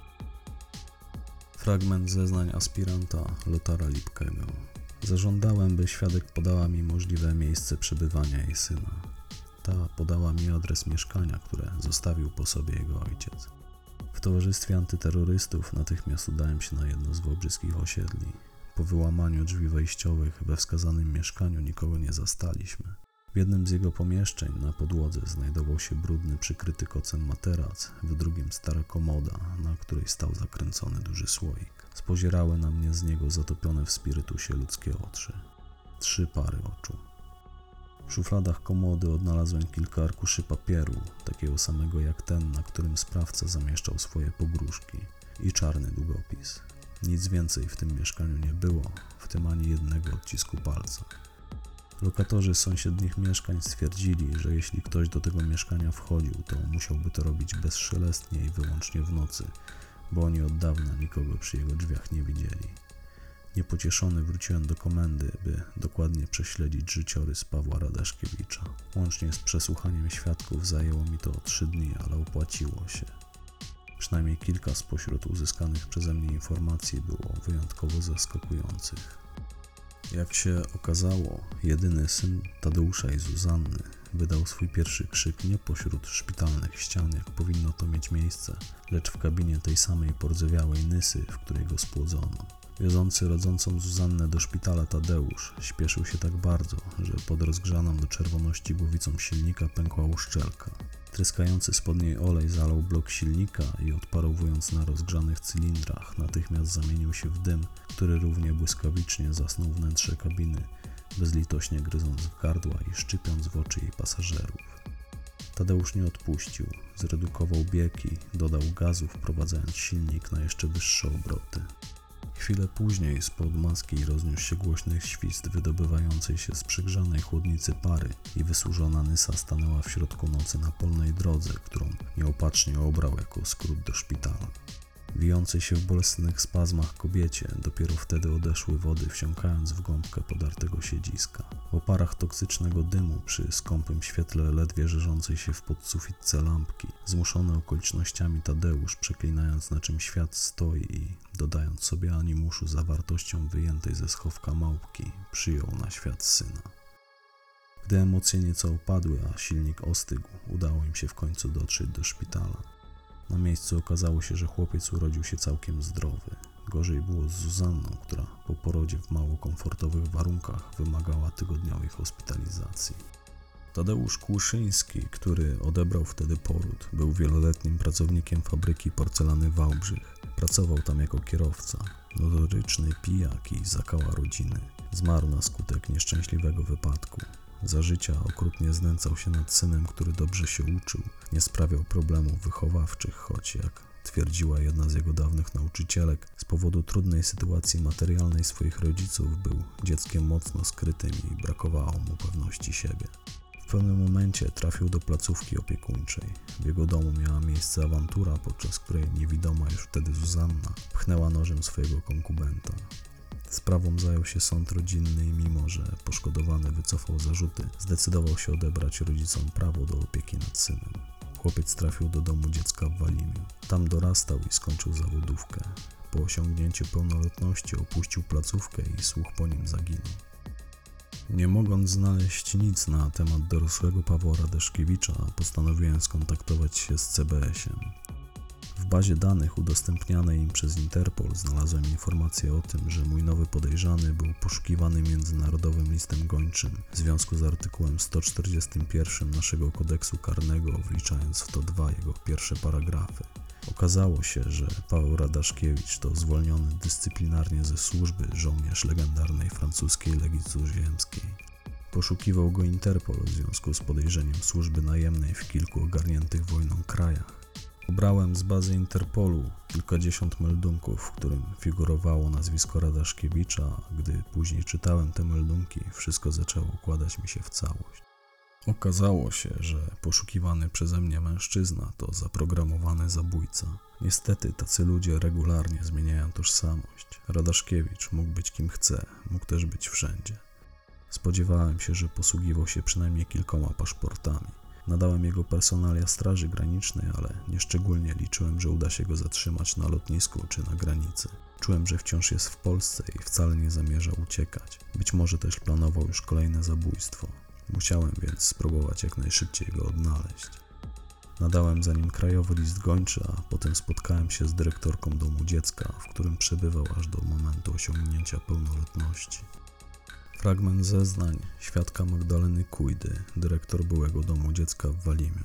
Fragment zeznań aspiranta Lotara Lipkego. Zażądałem, by świadek podała mi możliwe miejsce przebywania jej syna. Ta podała mi adres mieszkania, które zostawił po sobie jego ojciec. W towarzystwie antyterrorystów natychmiast udałem się na jedno z wałbrzyskich osiedli. Po wyłamaniu drzwi wejściowych we wskazanym mieszkaniu nikogo nie zastaliśmy. W jednym z jego pomieszczeń na podłodze znajdował się brudny, przykryty kocem materac, w drugim stara komoda, na której stał zakręcony duży słoik. Spozierały na mnie z niego zatopione w spirytusie ludzkie oczy. 3 pary oczu. W szufladach komody odnalazłem kilka arkuszy papieru, takiego samego jak ten, na którym sprawca zamieszczał swoje pogróżki, i czarny długopis. Nic więcej w tym mieszkaniu nie było, w tym ani jednego odcisku palca. Lokatorzy sąsiednich mieszkań stwierdzili, że jeśli ktoś do tego mieszkania wchodził, to musiałby to robić bezszelestnie i wyłącznie w nocy, bo oni od dawna nikogo przy jego drzwiach nie widzieli. Niepocieszony wróciłem do komendy, by dokładnie prześledzić życiorys Pawła Radaszkiewicza. Łącznie z przesłuchaniem świadków zajęło mi to 3 dni, ale opłaciło się. Przynajmniej kilka spośród uzyskanych przeze mnie informacji było wyjątkowo zaskakujących. Jak się okazało, jedyny syn Tadeusza i Zuzanny wydał swój pierwszy krzyk nie pośród szpitalnych ścian, jak powinno to mieć miejsce, lecz w kabinie tej samej pordzewiałej Nysy, w której go spłodzono. Wiozący rodzącą Zuzannę do szpitala Tadeusz śpieszył się tak bardzo, że pod rozgrzaną do czerwoności głowicą silnika pękła uszczelka. Tryskający spod niej olej zalał blok silnika i odparowując na rozgrzanych cylindrach, natychmiast zamienił się w dym, który równie błyskawicznie zasnął wnętrze kabiny, bezlitośnie gryząc w gardła i szczypiąc w oczy jej pasażerów. Tadeusz nie odpuścił, zredukował bieg i dodał gazu, wprowadzając silnik na jeszcze wyższe obroty. Chwilę później spod maski rozniósł się głośny świst wydobywającej się z przegrzanej chłodnicy pary i wysłużona Nysa stanęła w środku nocy na polnej drodze, którą nieopatrznie obrał jako skrót do szpitala. Wijącej się w bolesnych spazmach kobiecie dopiero wtedy odeszły wody, wsiąkając w gąbkę podartego siedziska. W oparach toksycznego dymu, przy skąpym świetle ledwie żerzącej się w podsufitce lampki, zmuszony okolicznościami Tadeusz, przeklinając na czym świat stoi i dodając sobie animuszu zawartością wyjętej ze schowka małpki, przyjął na świat syna. Gdy emocje nieco opadły, a silnik ostygł, udało im się w końcu dotrzeć do szpitala. Na miejscu okazało się, że chłopiec urodził się całkiem zdrowy. Gorzej było z Zuzanną, która po porodzie w mało komfortowych warunkach wymagała tygodniowej hospitalizacji. Tadeusz Kłuszyński, który odebrał wtedy poród, był wieloletnim pracownikiem fabryki porcelany Wałbrzych. Pracował tam jako kierowca. Notoryczny pijak i zakała rodziny. Zmarł na skutek nieszczęśliwego wypadku. Za życia okrutnie znęcał się nad synem, który dobrze się uczył, nie sprawiał problemów wychowawczych, choć, jak twierdziła jedna z jego dawnych nauczycielek, z powodu trudnej sytuacji materialnej swoich rodziców był dzieckiem mocno skrytym i brakowało mu pewności siebie. W pewnym momencie trafił do placówki opiekuńczej. W jego domu miała miejsce awantura, podczas której niewidoma już wtedy Zuzanna pchnęła nożem swojego konkubenta. Sprawą zajął się sąd rodzinny i mimo, że poszkodowany wycofał zarzuty, zdecydował się odebrać rodzicom prawo do opieki nad synem. Chłopiec trafił do domu dziecka w Walimiu. Tam dorastał i skończył zawodówkę. Po osiągnięciu pełnoletności opuścił placówkę i słuch po nim zaginął. Nie mogąc znaleźć nic na temat dorosłego Pawła Radaszkiewicza, postanowiłem skontaktować się z CBS-iem. W bazie danych udostępnianej im przez Interpol znalazłem informację o tym, że mój nowy podejrzany był poszukiwany międzynarodowym listem gończym w związku z artykułem 141 naszego kodeksu karnego, wliczając w to 2 jego pierwsze paragrafy. Okazało się, że Paweł Radaszkiewicz to zwolniony dyscyplinarnie ze służby żołnierz legendarnej francuskiej Legii Cudzoziemskiej. Poszukiwał go Interpol w związku z podejrzeniem służby najemnej w kilku ogarniętych wojną krajach. Ubrałem z bazy Interpolu kilkadziesiąt meldunków, w którym figurowało nazwisko Radaszkiewicza, a gdy później czytałem te meldunki, wszystko zaczęło układać mi się w całość. Okazało się, że poszukiwany przeze mnie mężczyzna to zaprogramowany zabójca. Niestety tacy ludzie regularnie zmieniają tożsamość. Radaszkiewicz mógł być kim chce, mógł też być wszędzie. Spodziewałem się, że posługiwał się przynajmniej kilkoma paszportami. Nadałem jego personalia Straży Granicznej, ale nieszczególnie liczyłem, że uda się go zatrzymać na lotnisku czy na granicy. Czułem, że wciąż jest w Polsce i wcale nie zamierza uciekać. Być może też planował już kolejne zabójstwo. Musiałem więc spróbować jak najszybciej go odnaleźć. Nadałem za nim krajowy list gończy, a potem spotkałem się z dyrektorką domu dziecka, w którym przebywał aż do momentu osiągnięcia pełnoletności. Fragment zeznań świadka Magdaleny Kujdy, dyrektor byłego domu dziecka w Walimiu.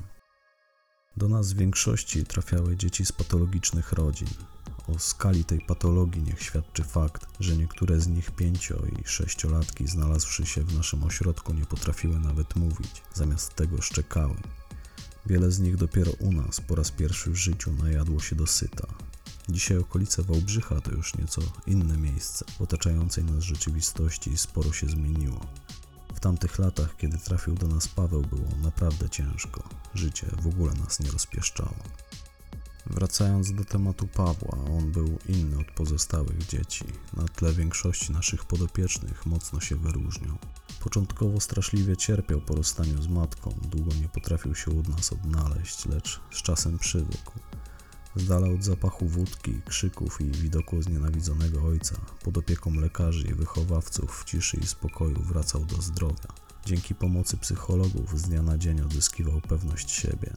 Do nas w większości trafiały dzieci z patologicznych rodzin. O skali tej patologii niech świadczy fakt, że niektóre z nich 5- i 6-latki znalazłszy się w naszym ośrodku nie potrafiły nawet mówić, zamiast tego szczekały. Wiele z nich dopiero u nas po raz pierwszy w życiu najadło się dosyta. Dzisiaj okolice Wałbrzycha to już nieco inne miejsce. W otaczającej nas rzeczywistości sporo się zmieniło. W tamtych latach, kiedy trafił do nas Paweł, było naprawdę ciężko. Życie w ogóle nas nie rozpieszczało. Wracając do tematu Pawła, on był inny od pozostałych dzieci. Na tle większości naszych podopiecznych mocno się wyróżniał. Początkowo straszliwie cierpiał po rozstaniu z matką, długo nie potrafił się od nas odnaleźć, lecz z czasem przywykł. Z dala od zapachu wódki, krzyków i widoku znienawidzonego ojca, pod opieką lekarzy i wychowawców w ciszy i spokoju wracał do zdrowia. Dzięki pomocy psychologów z dnia na dzień odzyskiwał pewność siebie.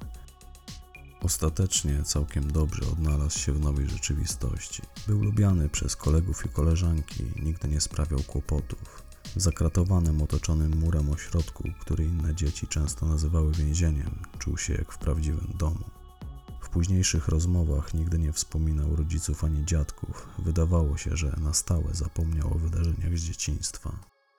Ostatecznie całkiem dobrze odnalazł się w nowej rzeczywistości. Był lubiany przez kolegów i koleżanki, nigdy nie sprawiał kłopotów. W zakratowanym, otoczonym murem ośrodku, który inne dzieci często nazywały więzieniem, czuł się jak w prawdziwym domu. W późniejszych rozmowach nigdy nie wspominał rodziców ani dziadków. Wydawało się, że na stałe zapomniał o wydarzeniach z dzieciństwa.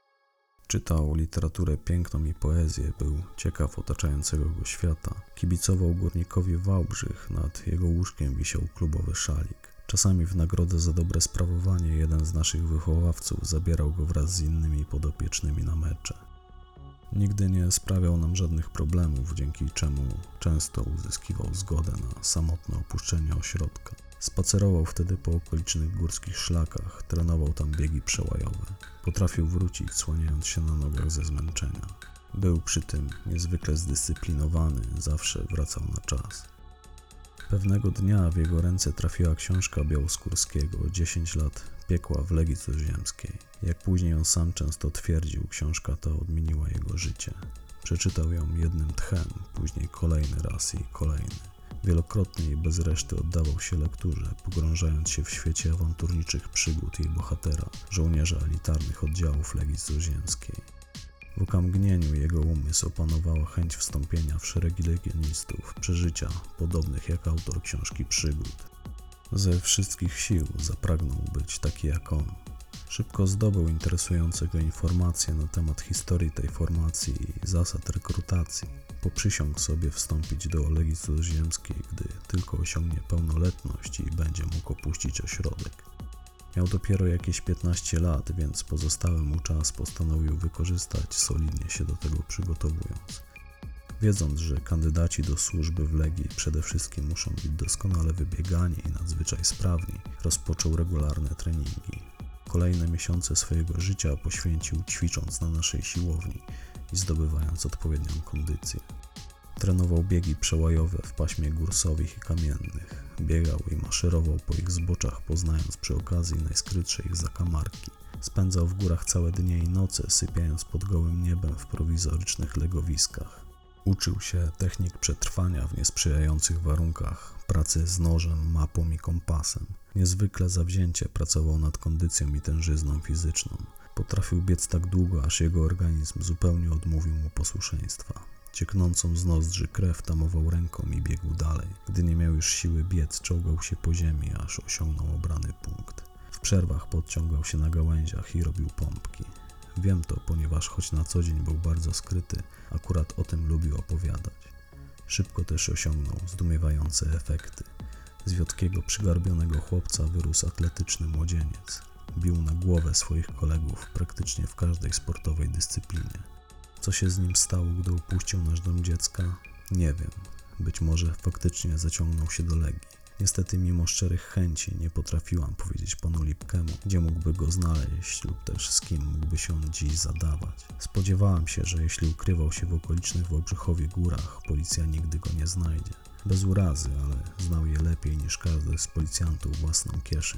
Czytał literaturę piękną i poezję, był ciekaw otaczającego go świata. Kibicował Górnikowi Wałbrzych, nad jego łóżkiem wisiał klubowy szalik. Czasami w nagrodę za dobre sprawowanie jeden z naszych wychowawców zabierał go wraz z innymi podopiecznymi na mecze. Nigdy nie sprawiał nam żadnych problemów, dzięki czemu często uzyskiwał zgodę na samotne opuszczenie ośrodka. Spacerował wtedy po okolicznych górskich szlakach, trenował tam biegi przełajowe. Potrafił wrócić, słaniając się na nogach ze zmęczenia. Był przy tym niezwykle zdyscyplinowany, zawsze wracał na czas. Pewnego dnia w jego ręce trafiła książka Białoskórskiego 10 lat piekła w Legii Cudzoziemskiej. Jak później on sam często twierdził, książka ta odmieniła jego życie. Przeczytał ją jednym tchem, później kolejny raz i kolejny. Wielokrotnie i bez reszty oddawał się lekturze, pogrążając się w świecie awanturniczych przygód jej bohatera, żołnierza elitarnych oddziałów Legii Cudzoziemskiej. W okamgnieniu jego umysł opanowała chęć wstąpienia w szeregi legionistów, przeżycia podobnych jak autor książki przygód. Ze wszystkich sił zapragnął być taki jak on. Szybko zdobył interesujące go informacje na temat historii tej formacji i zasad rekrutacji. Poprzysiągł sobie wstąpić do Legii Cudzoziemskiej, gdy tylko osiągnie pełnoletność i będzie mógł opuścić ośrodek. Miał dopiero jakieś 15 lat, więc pozostały mu czas postanowił wykorzystać, solidnie się do tego przygotowując. Wiedząc, że kandydaci do służby w Legii przede wszystkim muszą być doskonale wybiegani i nadzwyczaj sprawni, rozpoczął regularne treningi. Kolejne miesiące swojego życia poświęcił ćwicząc na naszej siłowni i zdobywając odpowiednią kondycję. Trenował biegi przełajowe w paśmie górsowich i kamiennych. Biegał i maszerował po ich zboczach, poznając przy okazji najskrytsze ich zakamarki. Spędzał w górach całe dnie i noce, sypiając pod gołym niebem w prowizorycznych legowiskach. Uczył się technik przetrwania w niesprzyjających warunkach, pracy z nożem, mapą i kompasem. Niezwykle zawzięcie pracował nad kondycją i tężyzną fizyczną. Potrafił biec tak długo, aż jego organizm zupełnie odmówił mu posłuszeństwa. Cieknącą z nozdrzy krew tamował ręką i biegł dalej. Gdy nie miał już siły biec, czołgał się po ziemi, aż osiągnął obrany punkt. W przerwach podciągał się na gałęziach i robił pompki. Wiem to, ponieważ choć na co dzień był bardzo skryty, akurat o tym lubił opowiadać. Szybko też osiągnął zdumiewające efekty. Z wiotkiego, przygarbionego chłopca wyrósł atletyczny młodzieniec. Bił na głowę swoich kolegów praktycznie w każdej sportowej dyscyplinie. Co się z nim stało, gdy opuścił nasz dom dziecka? Nie wiem. Być może faktycznie zaciągnął się do Legii. Niestety mimo szczerych chęci nie potrafiłam powiedzieć panu Lipkemu, gdzie mógłby go znaleźć lub też z kim mógłby się on dziś zadawać. Spodziewałam się, że jeśli ukrywał się w okolicznych Wałbrzychowie górach, policja nigdy go nie znajdzie. Bez urazy, ale znał je lepiej niż każdy z policjantów własną kieszeń.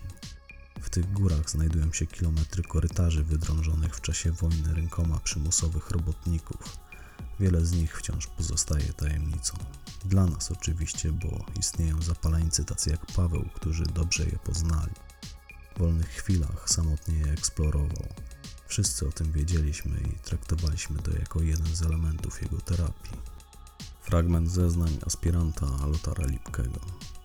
W tych górach znajdują się kilometry korytarzy wydrążonych w czasie wojny rękoma przymusowych robotników. Wiele z nich wciąż pozostaje tajemnicą. Dla nas oczywiście, bo istnieją zapaleńcy tacy jak Paweł, którzy dobrze je poznali. W wolnych chwilach samotnie je eksplorował. Wszyscy o tym wiedzieliśmy i traktowaliśmy to jako jeden z elementów jego terapii. Fragment zeznań aspiranta Lothara Lipkego.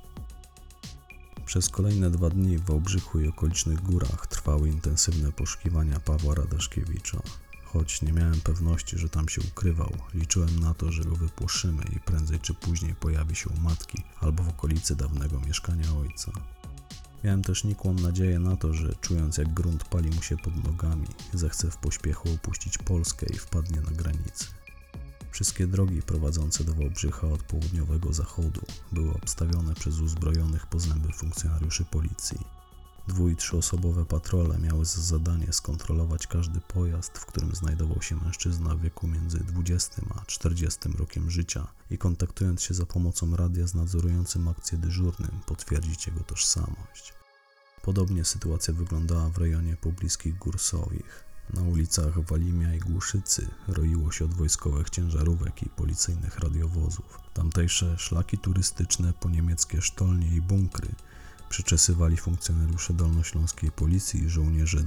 Przez kolejne 2 dni w Wałbrzychu i okolicznych górach trwały intensywne poszukiwania Pawła Radaszkiewicza. Choć nie miałem pewności, że tam się ukrywał, liczyłem na to, że go wypłoszymy i prędzej czy później pojawi się u matki albo w okolicy dawnego mieszkania ojca. Miałem też nikłą nadzieję na to, że czując jak grunt pali mu się pod nogami, zechce w pośpiechu opuścić Polskę i wpadnie na granicę. Wszystkie drogi prowadzące do Wałbrzycha od południowego zachodu były obstawione przez uzbrojonych po zęby funkcjonariuszy policji. 2- i 3-osobowe patrole miały za zadanie skontrolować każdy pojazd, w którym znajdował się mężczyzna w wieku między 20 a 40 rokiem życia i kontaktując się za pomocą radia z nadzorującym akcję dyżurnym, potwierdzić jego tożsamość. Podobnie sytuacja wyglądała w rejonie pobliskich Gór Sowich. Na ulicach Walimia i Głuszycy roiło się od wojskowych ciężarówek i policyjnych radiowozów. Tamtejsze szlaki turystyczne po niemieckie sztolnie i bunkry przeczesywali funkcjonariusze dolnośląskiej policji i żołnierze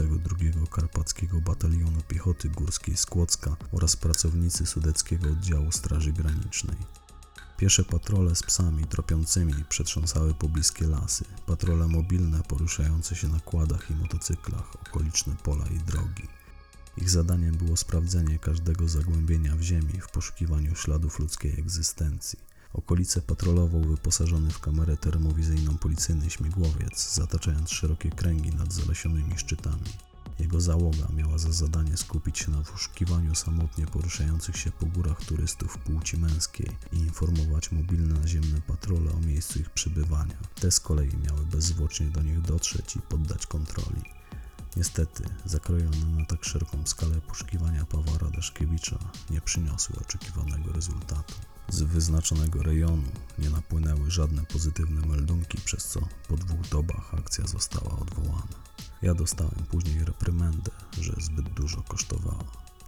22 Karpackiego Batalionu Piechoty Górskiej z Kłodzka oraz pracownicy Sudeckiego Oddziału Straży Granicznej. Piesze patrole z psami tropiącymi przetrząsały pobliskie lasy, patrole mobilne poruszające się na kładach i motocyklach, okoliczne pola i drogi. Ich zadaniem było sprawdzenie każdego zagłębienia w ziemi w poszukiwaniu śladów ludzkiej egzystencji. Okolice patrolował wyposażony w kamerę termowizyjną policyjny śmigłowiec, zataczając szerokie kręgi nad zalesionymi szczytami. Jego załoga miała za zadanie skupić się na poszukiwaniu samotnie poruszających się po górach turystów płci męskiej i informować mobilne naziemne patrole o miejscu ich przebywania. Te z kolei miały bezzwłocznie do nich dotrzeć i poddać kontroli. Niestety, zakrojone na tak szeroką skalę poszukiwania Pawła Radaszkiewicza nie przyniosły oczekiwanego rezultatu. Z wyznaczonego rejonu nie napłynęły żadne pozytywne meldunki, przez co po 2 dobach akcja została odwołana. Ja dostałem później reprymendę, że zbyt dużo kosztowała.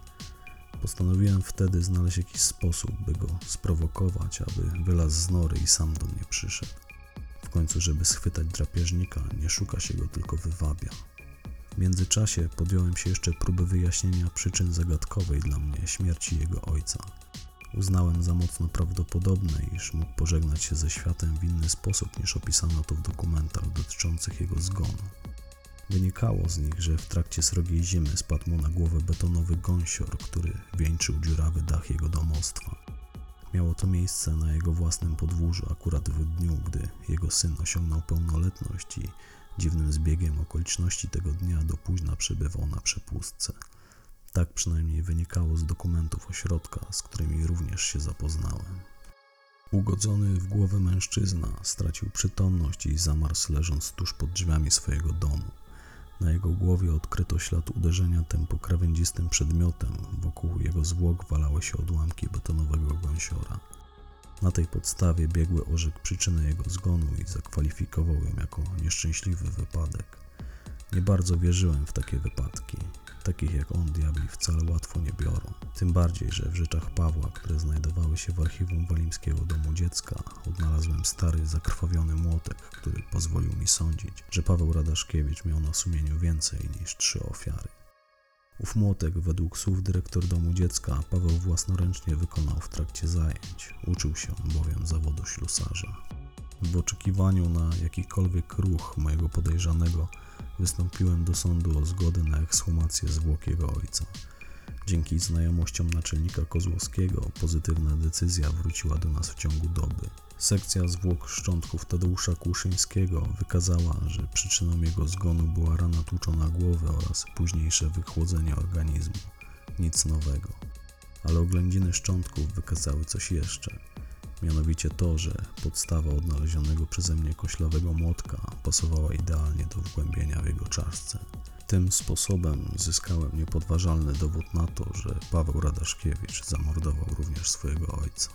Postanowiłem wtedy znaleźć jakiś sposób, by go sprowokować, aby wylazł z nory i sam do mnie przyszedł. W końcu, żeby schwytać drapieżnika, nie szuka się go, tylko wywabia. W międzyczasie podjąłem się jeszcze próby wyjaśnienia przyczyn zagadkowej dla mnie śmierci jego ojca. Uznałem za mocno prawdopodobne, iż mógł pożegnać się ze światem w inny sposób niż opisano to w dokumentach dotyczących jego zgonu. Wynikało z nich, że w trakcie srogiej zimy spadł mu na głowę betonowy gąsior, który wieńczył dziurawy dach jego domostwa. Miało to miejsce na jego własnym podwórzu akurat w dniu, gdy jego syn osiągnął pełnoletność i dziwnym zbiegiem okoliczności tego dnia do późna przebywał na przepustce. Tak przynajmniej wynikało z dokumentów ośrodka, z którymi również się zapoznałem. Ugodzony w głowę mężczyzna stracił przytomność i zamarzł leżąc tuż pod drzwiami swojego domu. Na jego głowie odkryto ślad uderzenia krawędzistym przedmiotem, wokół jego zwłok walały się odłamki betonowego gąsiora. Na tej podstawie biegły orzekł przyczynę jego zgonu i zakwalifikował ją jako nieszczęśliwy wypadek. Nie bardzo wierzyłem w takie wypadki. Takich jak on diabli wcale łatwo nie biorą. Tym bardziej, że w rzeczach Pawła, które znajdowały się w archiwum Walimskiego Domu Dziecka, odnalazłem stary, zakrwawiony młotek, który pozwolił mi sądzić, że Paweł Radaszkiewicz miał na sumieniu więcej niż 3 ofiary. Ów młotek, według słów dyrektor Domu Dziecka, Paweł własnoręcznie wykonał w trakcie zajęć. Uczył się on bowiem zawodu ślusarza. W oczekiwaniu na jakikolwiek ruch mojego podejrzanego wystąpiłem do sądu o zgodę na ekshumację zwłok jego ojca. Dzięki znajomościom naczelnika Kozłowskiego pozytywna decyzja wróciła do nas w ciągu doby. Sekcja zwłok szczątków Tadeusza Kłuszyńskiego wykazała, że przyczyną jego zgonu była rana tłuczona głowy oraz późniejsze wychłodzenie organizmu. Nic nowego. Ale oględziny szczątków wykazały coś jeszcze. Mianowicie to, że podstawa odnalezionego przeze mnie koślawego młotka pasowała idealnie do wgłębienia w jego czaszce. Tym sposobem zyskałem niepodważalny dowód na to, że Paweł Radaszkiewicz zamordował również swojego ojca.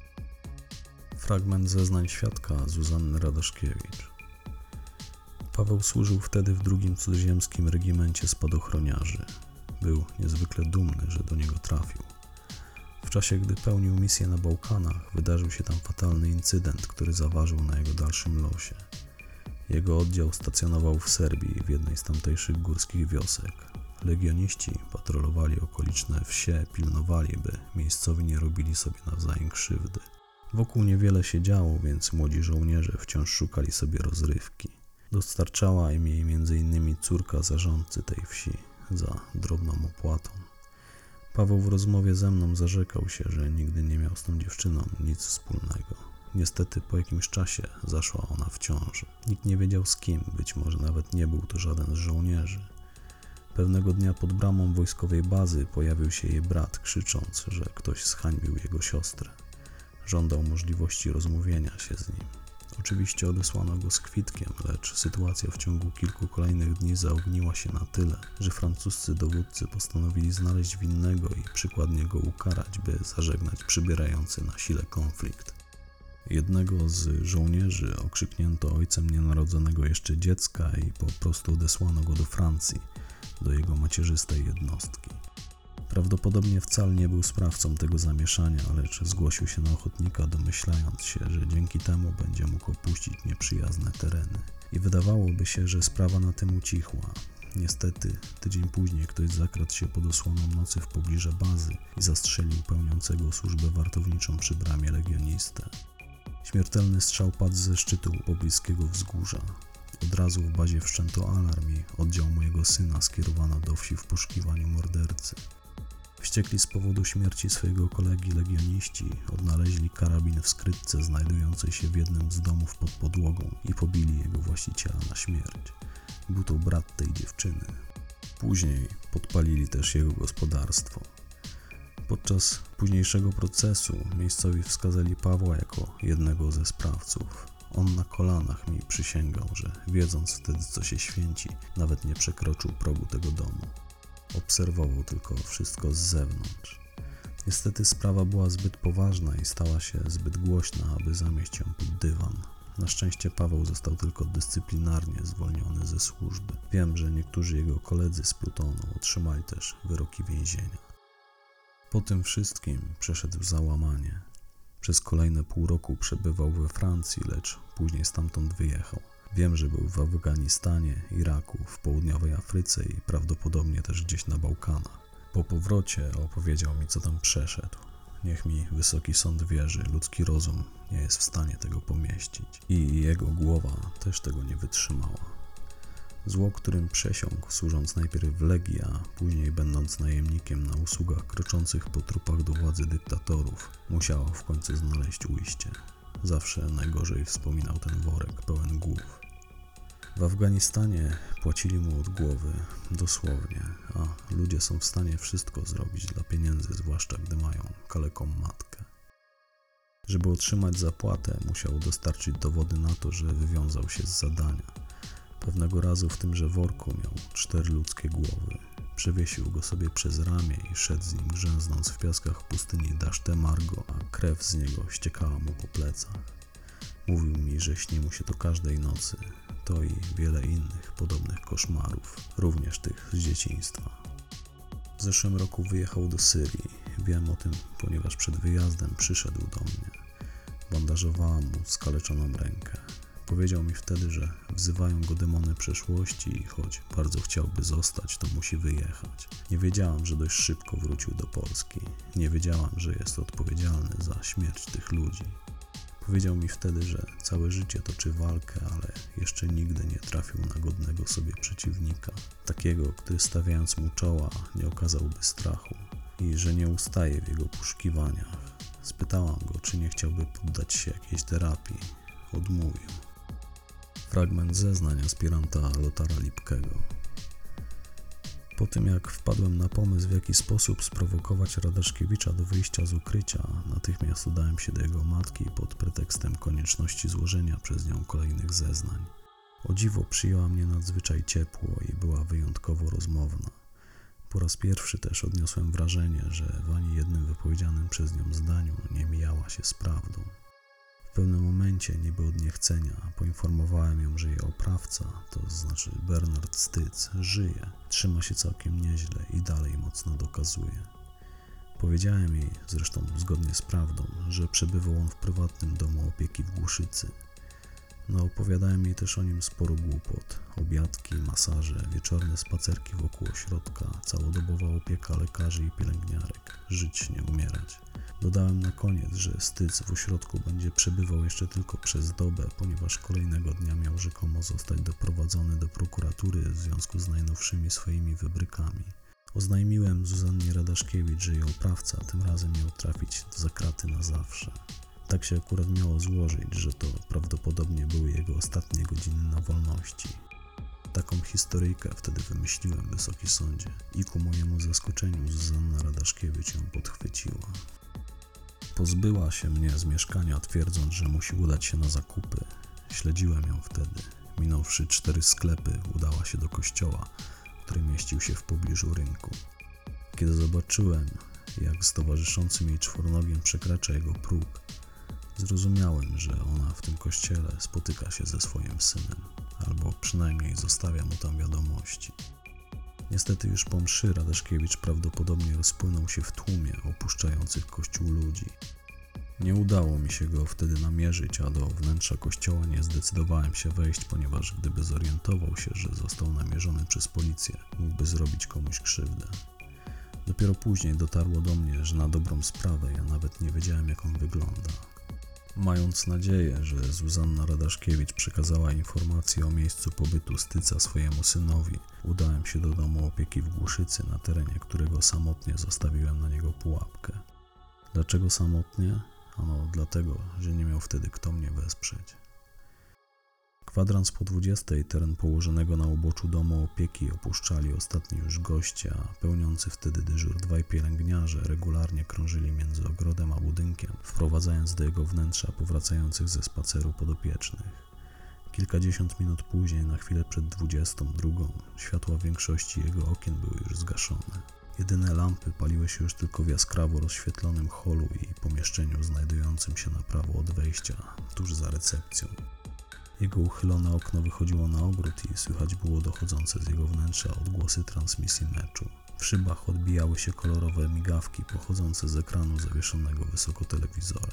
Fragment zeznań świadka Zuzanny Radaszkiewicz. Paweł służył wtedy w 2. Cudzoziemskim Regimencie Spadochroniarzy. Był niezwykle dumny, że do niego trafił. W czasie, gdy pełnił misję na Bałkanach, wydarzył się tam fatalny incydent, który zaważył na jego dalszym losie. Jego oddział stacjonował w Serbii, w jednej z tamtejszych górskich wiosek. Legioniści patrolowali okoliczne wsie, pilnowali, by miejscowi nie robili sobie nawzajem krzywdy. Wokół niewiele się działo, więc młodzi żołnierze wciąż szukali sobie rozrywki. Dostarczała im jej m.in. córka zarządcy tej wsi za drobną opłatą. Paweł w rozmowie ze mną zarzekał się, że nigdy nie miał z tą dziewczyną nic wspólnego. Niestety po jakimś czasie zaszła ona w ciąży. Nikt nie wiedział z kim, być może nawet nie był to żaden z żołnierzy. Pewnego dnia pod bramą wojskowej bazy pojawił się jej brat, krzycząc, że ktoś zhańbił jego siostrę. Żądał możliwości rozmówienia się z nim. Oczywiście odesłano go z kwitkiem, lecz sytuacja w ciągu kilku kolejnych dni zaogniła się na tyle, że francuscy dowódcy postanowili znaleźć winnego i przykładnie go ukarać, by zażegnać przybierający na sile konflikt. Jednego z żołnierzy okrzyknięto ojcem nienarodzonego jeszcze dziecka i po prostu odesłano go do Francji, do jego macierzystej jednostki. Prawdopodobnie wcale nie był sprawcą tego zamieszania, lecz zgłosił się na ochotnika, domyślając się, że dzięki temu będzie mógł opuścić nieprzyjazne tereny. I wydawałoby się, że sprawa na tym ucichła. Niestety, tydzień później ktoś zakradł się pod osłoną nocy w pobliże bazy i zastrzelił pełniącego służbę wartowniczą przy bramie legionistę. Śmiertelny strzał padł ze szczytu pobliskiego wzgórza. Od razu w bazie wszczęto alarm i oddział mojego syna skierowano do wsi w poszukiwaniu mordercy. Wściekli z powodu śmierci swojego kolegi legioniści odnaleźli karabin w skrytce znajdującej się w jednym z domów pod podłogą i pobili jego właściciela na śmierć. Był to brat tej dziewczyny. Później podpalili też jego gospodarstwo. Podczas późniejszego procesu miejscowi wskazali Pawła jako jednego ze sprawców. On na kolanach mi przysięgał, że wiedząc wtedy, co się święci, nawet nie przekroczył progu tego domu. Obserwował tylko wszystko z zewnątrz. Niestety sprawa była zbyt poważna i stała się zbyt głośna, aby zamieść ją pod dywan. Na szczęście Paweł został tylko dyscyplinarnie zwolniony ze służby. Wiem, że niektórzy jego koledzy z plutonu otrzymali też wyroki więzienia. Po tym wszystkim przeszedł załamanie. Przez kolejne pół roku przebywał we Francji, lecz później stamtąd wyjechał. Wiem, że był w Afganistanie, Iraku, w południowej Afryce i prawdopodobnie też gdzieś na Bałkanach. Po powrocie opowiedział mi, co tam przeszedł. Niech mi Wysoki Sąd wierzy, ludzki rozum nie jest w stanie tego pomieścić. I jego głowa też tego nie wytrzymała. Zło, którym przesiąkł, służąc najpierw w Legii, a później będąc najemnikiem na usługach kroczących po trupach do władzy dyktatorów, musiało w końcu znaleźć ujście. Zawsze najgorzej wspominał ten worek pełen głów. W Afganistanie płacili mu od głowy, dosłownie, a ludzie są w stanie wszystko zrobić dla pieniędzy, zwłaszcza gdy mają kaleką matkę. Żeby otrzymać zapłatę, musiał dostarczyć dowody na to, że wywiązał się z zadania. Pewnego razu w tymże worku miał 4 ludzkie głowy. Przewiesił go sobie przez ramię i szedł z nim grzęznąc w piaskach pustyni Daszte Margo, a krew z niego ściekała mu po plecach. Mówił mi, że śni mu się to każdej nocy. To i wiele innych podobnych koszmarów, również tych z dzieciństwa. W zeszłym roku wyjechał do Syrii. Wiem o tym, ponieważ przed wyjazdem przyszedł do mnie. Bandażowałam mu skaleczoną rękę. Powiedział mi wtedy, że wzywają go demony przeszłości i choć bardzo chciałby zostać, to musi wyjechać. Nie wiedziałam, że dość szybko wrócił do Polski. Nie wiedziałam, że jest odpowiedzialny za śmierć tych ludzi. Powiedział mi wtedy, że całe życie toczy walkę, ale jeszcze nigdy nie trafił na godnego sobie przeciwnika. Takiego, który stawiając mu czoła, nie okazałby strachu i że nie ustaje w jego poszukiwaniach. Spytałam go, czy nie chciałby poddać się jakiejś terapii. Odmówił. Fragment zeznań aspiranta Lotara Lipkego. Po tym jak wpadłem na pomysł, w jaki sposób sprowokować Radaszkiewicza do wyjścia z ukrycia, natychmiast udałem się do jego matki pod pretekstem konieczności złożenia przez nią kolejnych zeznań. O dziwo przyjęła mnie nadzwyczaj ciepło i była wyjątkowo rozmowna. Po raz pierwszy też odniosłem wrażenie, że w ani jednym wypowiedzianym przez nią zdaniu nie mijała się z prawdą. W pewnym momencie, niby od niechcenia, poinformowałem ją, że jej oprawca, to znaczy Bernard Styc, żyje, trzyma się całkiem nieźle i dalej mocno dokazuje. Powiedziałem jej, zresztą zgodnie z prawdą, że przebywał on w prywatnym domu opieki w Głuszycy. No, opowiadałem jej też o nim sporo głupot, obiadki, masaże, wieczorne spacerki wokół ośrodka, całodobowa opieka lekarzy i pielęgniarek, żyć, nie umierać. Dodałem na koniec, że Styc w ośrodku będzie przebywał jeszcze tylko przez dobę, ponieważ kolejnego dnia miał rzekomo zostać doprowadzony do prokuratury w związku z najnowszymi swoimi wybrykami. Oznajmiłem Zuzannie Radaszkiewicz, że jej oprawca tym razem miał trafić za kraty na zawsze. Tak się akurat miało złożyć, że to prawdopodobnie były jego ostatnie godziny na wolności. Taką historyjkę wtedy wymyśliłem, Wysoki Sądzie, i ku mojemu zaskoczeniu Zuzanna Radaszkiewicz ją podchwyciła. Pozbyła się mnie z mieszkania, twierdząc, że musi udać się na zakupy. śledziłem ją wtedy. Minąwszy 4 sklepy, udała się do kościoła, który mieścił się w pobliżu rynku. Kiedy zobaczyłem, jak z towarzyszącym jej czworonogiem przekracza jego próg, zrozumiałem, że ona w tym kościele spotyka się ze swoim synem, albo przynajmniej zostawia mu tam wiadomości. Niestety już po mszy Radaszkiewicz prawdopodobnie rozpłynął się w tłumie opuszczających kościół ludzi. Nie udało mi się go wtedy namierzyć, a do wnętrza kościoła nie zdecydowałem się wejść, ponieważ gdyby zorientował się, że został namierzony przez policję, mógłby zrobić komuś krzywdę. Dopiero później dotarło do mnie, że na dobrą sprawę ja nawet nie wiedziałem, jak on wygląda. Mając nadzieję, że Zuzanna Radaszkiewicz przekazała informację o miejscu pobytu Styca swojemu synowi, udałem się do domu opieki w Głuszycy, na terenie którego samotnie zostawiłem na niego pułapkę. Dlaczego samotnie? Ano dlatego, że nie miał wtedy kto mnie wesprzeć. Kwadrans po 20 teren położonego na uboczu domu opieki opuszczali ostatni już goście, a pełniący wtedy dyżur 2 pielęgniarze regularnie krążyli między ogrodem a budynkiem, wprowadzając do jego wnętrza powracających ze spaceru podopiecznych. Kilkadziesiąt minut później, na chwilę przed 22, światła większości jego okien były już zgaszone. Jedyne lampy paliły się już tylko w jaskrawo rozświetlonym holu i pomieszczeniu znajdującym się na prawo od wejścia, tuż za recepcją. Jego uchylone okno wychodziło na ogród i słychać było dochodzące z jego wnętrza odgłosy transmisji meczu. W szybach odbijały się kolorowe migawki pochodzące z ekranu zawieszonego wysoko telewizora.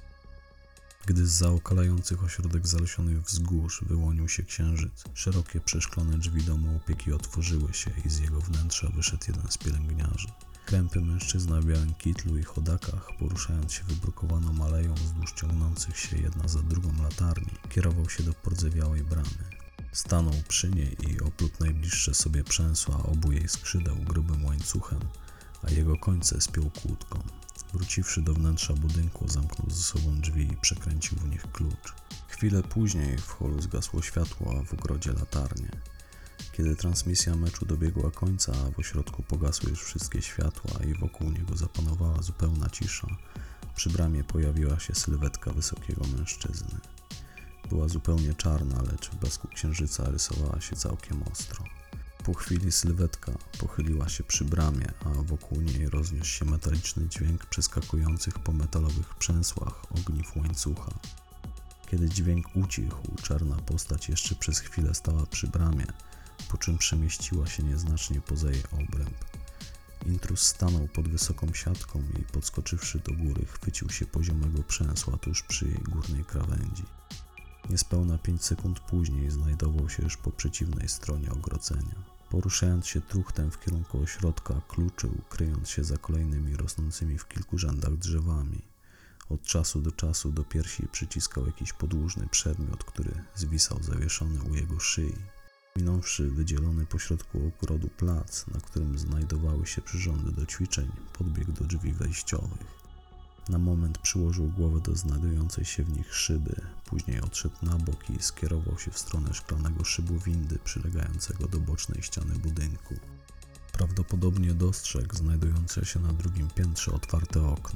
Gdy zza okalających ośrodek zalesionych wzgórz wyłonił się księżyc, szerokie przeszklone drzwi domu opieki otworzyły się i z jego wnętrza wyszedł jeden z pielęgniarzy. Krępy mężczyzna w białym kitlu i chodakach, poruszając się wybrukowaną aleją wzdłuż ciągnących się jedna za drugą latarni, kierował się do pordzewiałej bramy. Stanął przy niej i oplótł najbliższe sobie przęsła obu jej skrzydeł grubym łańcuchem, a jego końce spiął kłódką. Wróciwszy do wnętrza budynku, zamknął ze sobą drzwi i przekręcił w nich klucz. Chwilę później w holu zgasło światło, a w ogrodzie latarnie. Kiedy transmisja meczu dobiegła końca, a w ośrodku pogasły już wszystkie światła i wokół niego zapanowała zupełna cisza, przy bramie pojawiła się sylwetka wysokiego mężczyzny. Była zupełnie czarna, lecz w blasku księżyca rysowała się całkiem ostro. Po chwili sylwetka pochyliła się przy bramie, a wokół niej rozniósł się metaliczny dźwięk przeskakujących po metalowych przęsłach ogniw łańcucha. Kiedy dźwięk ucichł, czarna postać jeszcze przez chwilę stała przy bramie, po czym przemieściła się nieznacznie poza jej obręb. Intruz stanął pod wysoką siatką i podskoczywszy do góry, chwycił się poziomego przęsła tuż przy jej górnej krawędzi. Niespełna 5 sekund później znajdował się już po przeciwnej stronie ogrodzenia. Poruszając się truchtem w kierunku ośrodka, kluczył, kryjąc się za kolejnymi rosnącymi w kilku rzędach drzewami. Od czasu do czasu do piersi przyciskał jakiś podłużny przedmiot, który zwisał zawieszony u jego szyi. Minąwszy wydzielony pośrodku ogrodu plac, na którym znajdowały się przyrządy do ćwiczeń, podbiegł do drzwi wejściowych. Na moment przyłożył głowę do znajdującej się w nich szyby, później odszedł na bok i skierował się w stronę szklanego szybu windy przylegającego do bocznej ściany budynku. Prawdopodobnie dostrzegł znajdujące się na drugim piętrze otwarte okno.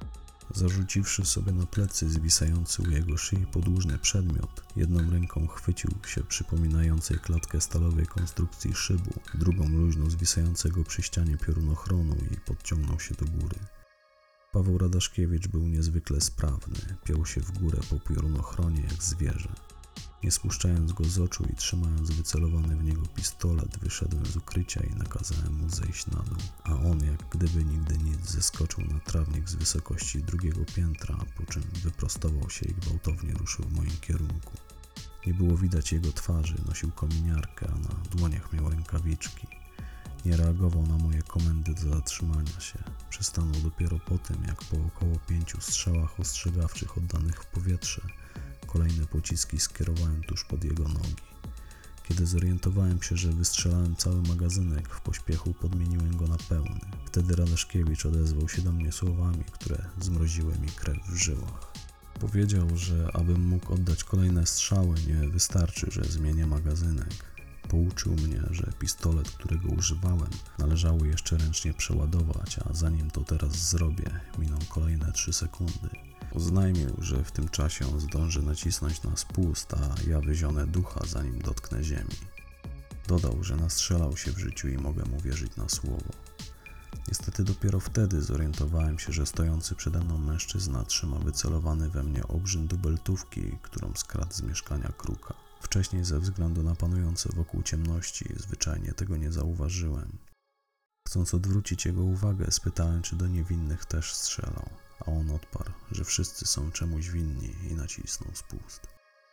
Zarzuciwszy sobie na plecy zwisający u jego szyi podłużny przedmiot, jedną ręką chwycił się przypominającej klatkę stalowej konstrukcji szybu, drugą luźno zwisającego przy ścianie piorunochronu i podciągnął się do góry. Paweł Radaszkiewicz był niezwykle sprawny, piął się w górę po piorunochronie jak zwierzę. Nie spuszczając go z oczu i trzymając wycelowany w niego pistolet, wyszedłem z ukrycia i nakazałem mu zejść na dół, a on jak gdyby nigdy nic zeskoczył na trawnik z wysokości 2. piętra, po czym wyprostował się i gwałtownie ruszył w moim kierunku. Nie było widać jego twarzy, nosił kominiarkę, a na dłoniach miał rękawiczki. Nie reagował na moje komendy do zatrzymania się. Przystanął dopiero po tym, jak po około 5 strzałach ostrzegawczych oddanych w powietrze kolejne pociski skierowałem tuż pod jego nogi. Kiedy zorientowałem się, że wystrzelałem cały magazynek, w pośpiechu podmieniłem go na pełny. Wtedy Radaszkiewicz odezwał się do mnie słowami, które zmroziły mi krew w żyłach. Powiedział, że abym mógł oddać kolejne strzały, nie wystarczy, że zmienię magazynek. Pouczył mnie, że pistolet, którego używałem, należało jeszcze ręcznie przeładować, a zanim to teraz zrobię, miną kolejne 3 sekundy. Oznajmił, że w tym czasie on zdąży nacisnąć na spust, a ja wyzionę ducha, zanim dotknę ziemi. Dodał, że nastrzelał się w życiu i mogę mu wierzyć na słowo. Niestety dopiero wtedy zorientowałem się, że stojący przede mną mężczyzna trzyma wycelowany we mnie obrzyn dubeltówki, którą skradł z mieszkania Kruka. Wcześniej ze względu na panujące wokół ciemności zwyczajnie tego nie zauważyłem. Chcąc odwrócić jego uwagę, spytałem, czy do niewinnych też strzelał, a on odparł, że wszyscy są czemuś winni i nacisnął spust.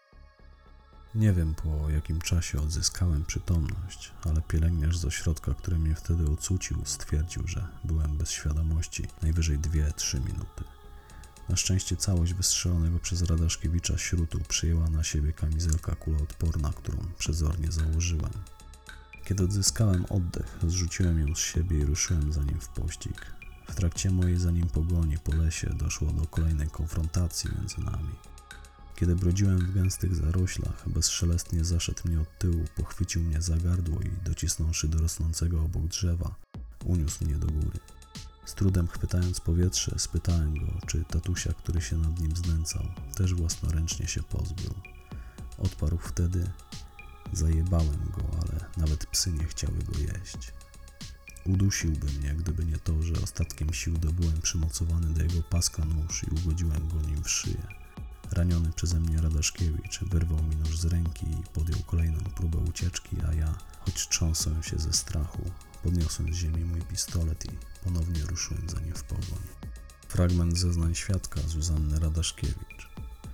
Nie wiem, po jakim czasie odzyskałem przytomność, ale pielęgniarz z ośrodka, który mnie wtedy ocucił, stwierdził, że byłem bez świadomości najwyżej 2-3 minuty. Na szczęście całość wystrzelonego przez Radaszkiewicza śrutu przyjęła na siebie kamizelka kuloodporna, którą przezornie założyłem. Kiedy odzyskałem oddech, zrzuciłem ją z siebie i ruszyłem za nim w pościg. W trakcie mojej za nim pogoni po lesie doszło do kolejnej konfrontacji między nami. Kiedy brodziłem w gęstych zaroślach, bezszelestnie zaszedł mnie od tyłu, pochwycił mnie za gardło i docisnąwszy do rosnącego obok drzewa, uniósł mnie do góry. Z trudem chwytając powietrze, spytałem go, czy tatusia, który się nad nim znęcał, też własnoręcznie się pozbył. Odparł wtedy: zajebałem go, ale nawet psy nie chciały go jeść. Udusiłby mnie, gdyby nie to, że ostatkiem sił dobyłem przymocowany do jego paska nóż i ugodziłem go nim w szyję. Raniony przeze mnie Radaszkiewicz wyrwał mi nóż z ręki i podjął kolejną próbę ucieczki, a ja, choć trząsłem się ze strachu, podniosłem z ziemi mój pistolet i ponownie ruszyłem za nim w pogoń. Fragment zeznań świadka Zuzanny Radaszkiewicz.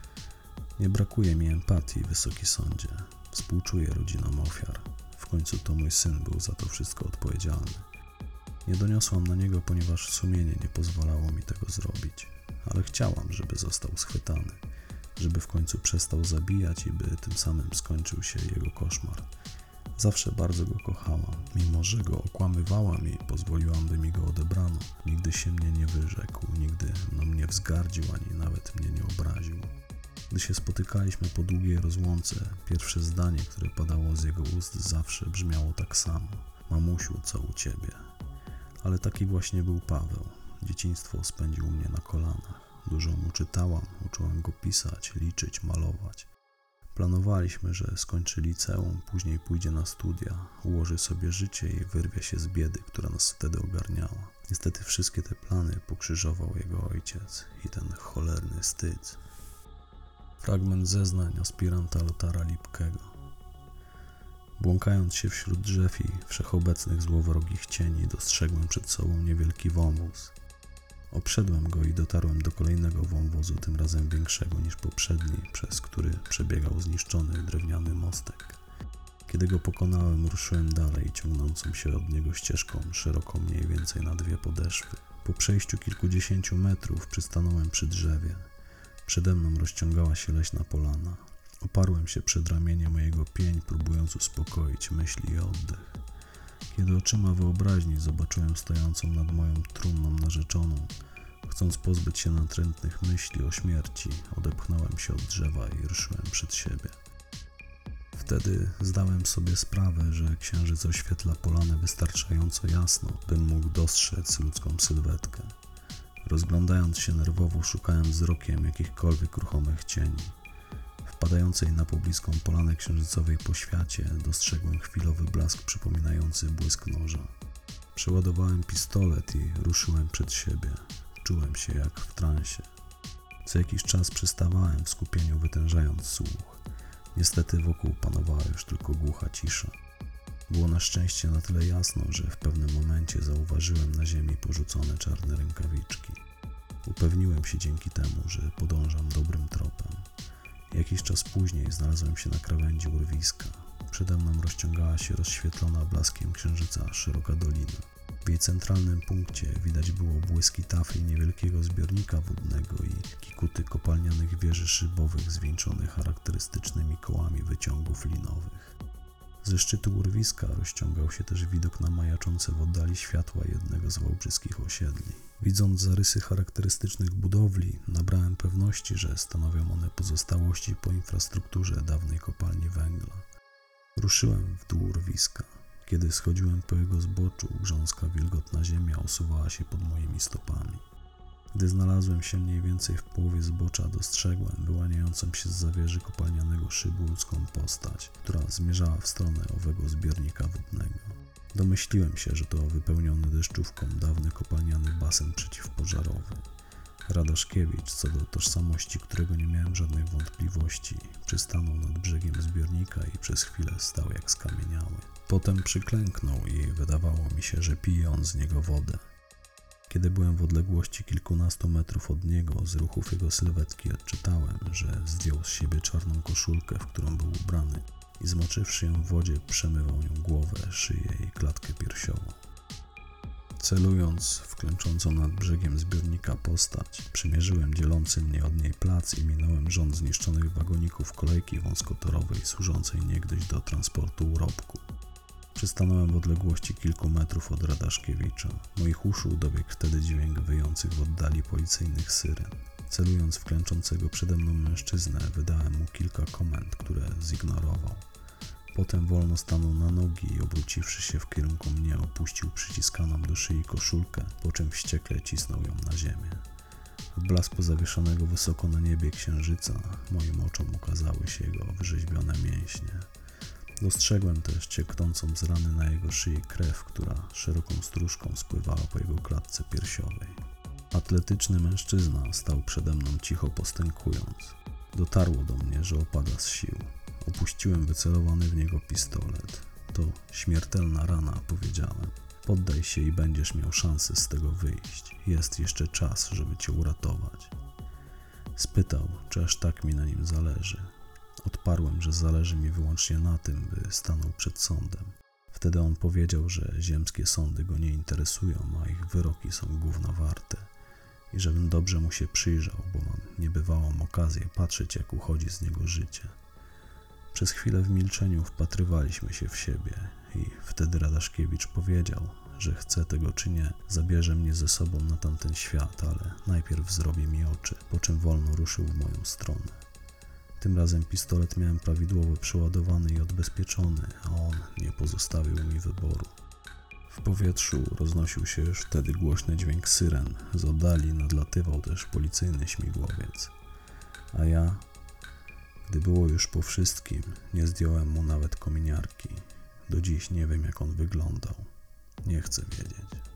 Nie brakuje mi empatii, Wysoki Sądzie. Współczuję rodzinom ofiar. W końcu to mój syn był za to wszystko odpowiedzialny. Nie doniosłam na niego, ponieważ sumienie nie pozwalało mi tego zrobić, ale chciałam, żeby został schwytany, żeby w końcu przestał zabijać i by tym samym skończył się jego koszmar. Zawsze bardzo go kochałam, mimo że go okłamywałam i pozwoliłam, by mi go odebrano. Nigdy się mnie nie wyrzekł, nigdy mną nie wzgardził, ani nawet mnie nie obraził. Gdy się spotykaliśmy po długiej rozłące, pierwsze zdanie, które padało z jego ust, zawsze brzmiało tak samo: mamusiu, co u ciebie? Ale taki właśnie był Paweł. Dzieciństwo spędził u mnie na kolanach. Dużo mu czytałam, uczyłam go pisać, liczyć, malować. Planowaliśmy, że skończy liceum, później pójdzie na studia, ułoży sobie życie i wyrwie się z biedy, która nas wtedy ogarniała. Niestety wszystkie te plany pokrzyżował jego ojciec i ten cholerny Styc. Fragment zeznań aspiranta Lothara Lipkego. Błąkając się wśród drzew i wszechobecnych złowrogich cieni, dostrzegłem przed sobą niewielki wąwóz. Obszedłem go i dotarłem do kolejnego wąwozu, tym razem większego niż poprzedni, przez który przebiegał zniszczony drewniany mostek. Kiedy go pokonałem, ruszyłem dalej, ciągnącą się od niego ścieżką, szeroką mniej więcej na 2 podeszwy. Po przejściu kilkudziesięciu metrów przystanąłem przy drzewie. Przede mną rozciągała się leśna polana. Oparłem się przed ramieniem mojego pień, próbując uspokoić myśli i oddech. Kiedy oczyma wyobraźni zobaczyłem stojącą nad moją trumną narzeczoną, chcąc pozbyć się natrętnych myśli o śmierci, odepchnąłem się od drzewa i ruszyłem przed siebie. Wtedy zdałem sobie sprawę, że księżyc oświetla polanę wystarczająco jasno, bym mógł dostrzec ludzką sylwetkę. Rozglądając się nerwowo, szukałem wzrokiem jakichkolwiek ruchomych cieni. Wpadającej na pobliską polanę księżycowej poświacie dostrzegłem chwilowy blask przypominający błysk noża. Przeładowałem pistolet i ruszyłem przed siebie. Czułem się jak w transie. Co jakiś czas przystawałem w skupieniu, wytężając słuch. Niestety wokół panowała już tylko głucha cisza. Było na szczęście na tyle jasno, że w pewnym momencie zauważyłem na ziemi porzucone czarne rękawiczki. Upewniłem się dzięki temu, że podążam dobrym tropem. Jakiś czas później znalazłem się na krawędzi urwiska. Przede mną rozciągała się rozświetlona blaskiem księżyca szeroka dolina. W jej centralnym punkcie widać było błyski tafli niewielkiego zbiornika wodnego i kikuty kopalnianych wieży szybowych zwieńczonych charakterystycznymi kołami wyciągów linowych. Ze szczytu urwiska rozciągał się też widok na majaczące w oddali światła jednego z wałbrzyskich osiedli. Widząc zarysy charakterystycznych budowli, nabrałem pewności, że stanowią one pozostałości po infrastrukturze dawnej kopalni węgla. Ruszyłem w dół urwiska. Kiedy schodziłem po jego zboczu, grząska wilgotna ziemia osuwała się pod moimi stopami. Gdy znalazłem się mniej więcej w połowie zbocza, dostrzegłem wyłaniającą się zza wieży kopalnianego szybu ludzką postać, która zmierzała w stronę owego zbiornika wodnego. Domyśliłem się, że to wypełniony deszczówką dawny kopalniany basen przeciwpożarowy. Radaszkiewicz, co do tożsamości którego nie miałem żadnych wątpliwości, przystanął nad brzegiem zbiornika i przez chwilę stał jak skamieniały. Potem przyklęknął i wydawało mi się, że pije on z niego wodę. Kiedy byłem w odległości kilkunastu metrów od niego, z ruchów jego sylwetki odczytałem, że zdjął z siebie czarną koszulkę, w którą był ubrany i zmoczywszy ją w wodzie, przemywał nią głowę, szyję i klatkę piersiową. Celując w klęczącą nad brzegiem zbiornika postać, przymierzyłem dzielący mnie od niej plac i minąłem rząd zniszczonych wagoników kolejki wąskotorowej służącej niegdyś do transportu urobku. Przystanąłem w odległości kilku metrów od Radaszkiewicza. Moich uszu dobiegł wtedy dźwięk wyjących w oddali policyjnych syren. Celując w klęczącego przede mną mężczyznę, wydałem mu kilka komend, które zignorował. Potem wolno stanął na nogi i obróciwszy się w kierunku mnie, opuścił przyciskaną do szyi koszulkę, po czym wściekle cisnął ją na ziemię. W blasku zawieszonego wysoko na niebie księżyca moim oczom ukazały się jego wyrzeźbione mięśnie. Dostrzegłem też cieknącą z rany na jego szyi krew, która szeroką stróżką spływała po jego klatce piersiowej. Atletyczny mężczyzna stał przede mną cicho postękując. Dotarło do mnie, że opada z sił. Opuściłem wycelowany w niego pistolet. To śmiertelna rana, powiedziałem. Poddaj się i będziesz miał szansę z tego wyjść. Jest jeszcze czas, żeby cię uratować. Spytał, czy aż tak mi na nim zależy. Odparłem, że zależy mi wyłącznie na tym, by stanął przed sądem. Wtedy on powiedział, że ziemskie sądy go nie interesują, a ich wyroki są gówna warte. I żebym dobrze mu się przyjrzał, bo mam niebywałą okazję patrzeć, jak uchodzi z niego życie. Przez chwilę w milczeniu wpatrywaliśmy się w siebie i wtedy Radaszkiewicz powiedział, że chce tego czy nie, zabierze mnie ze sobą na tamten świat, ale najpierw zrobi mi oczy, po czym wolno ruszył w moją stronę. Tym razem pistolet miałem prawidłowo przeładowany i odbezpieczony, a on nie pozostawił mi wyboru. W powietrzu roznosił się już wtedy głośny dźwięk syren, z oddali nadlatywał też policyjny śmigłowiec. A ja, gdy było już po wszystkim, nie zdjąłem mu nawet kominiarki. Do dziś nie wiem, jak on wyglądał. Nie chcę wiedzieć.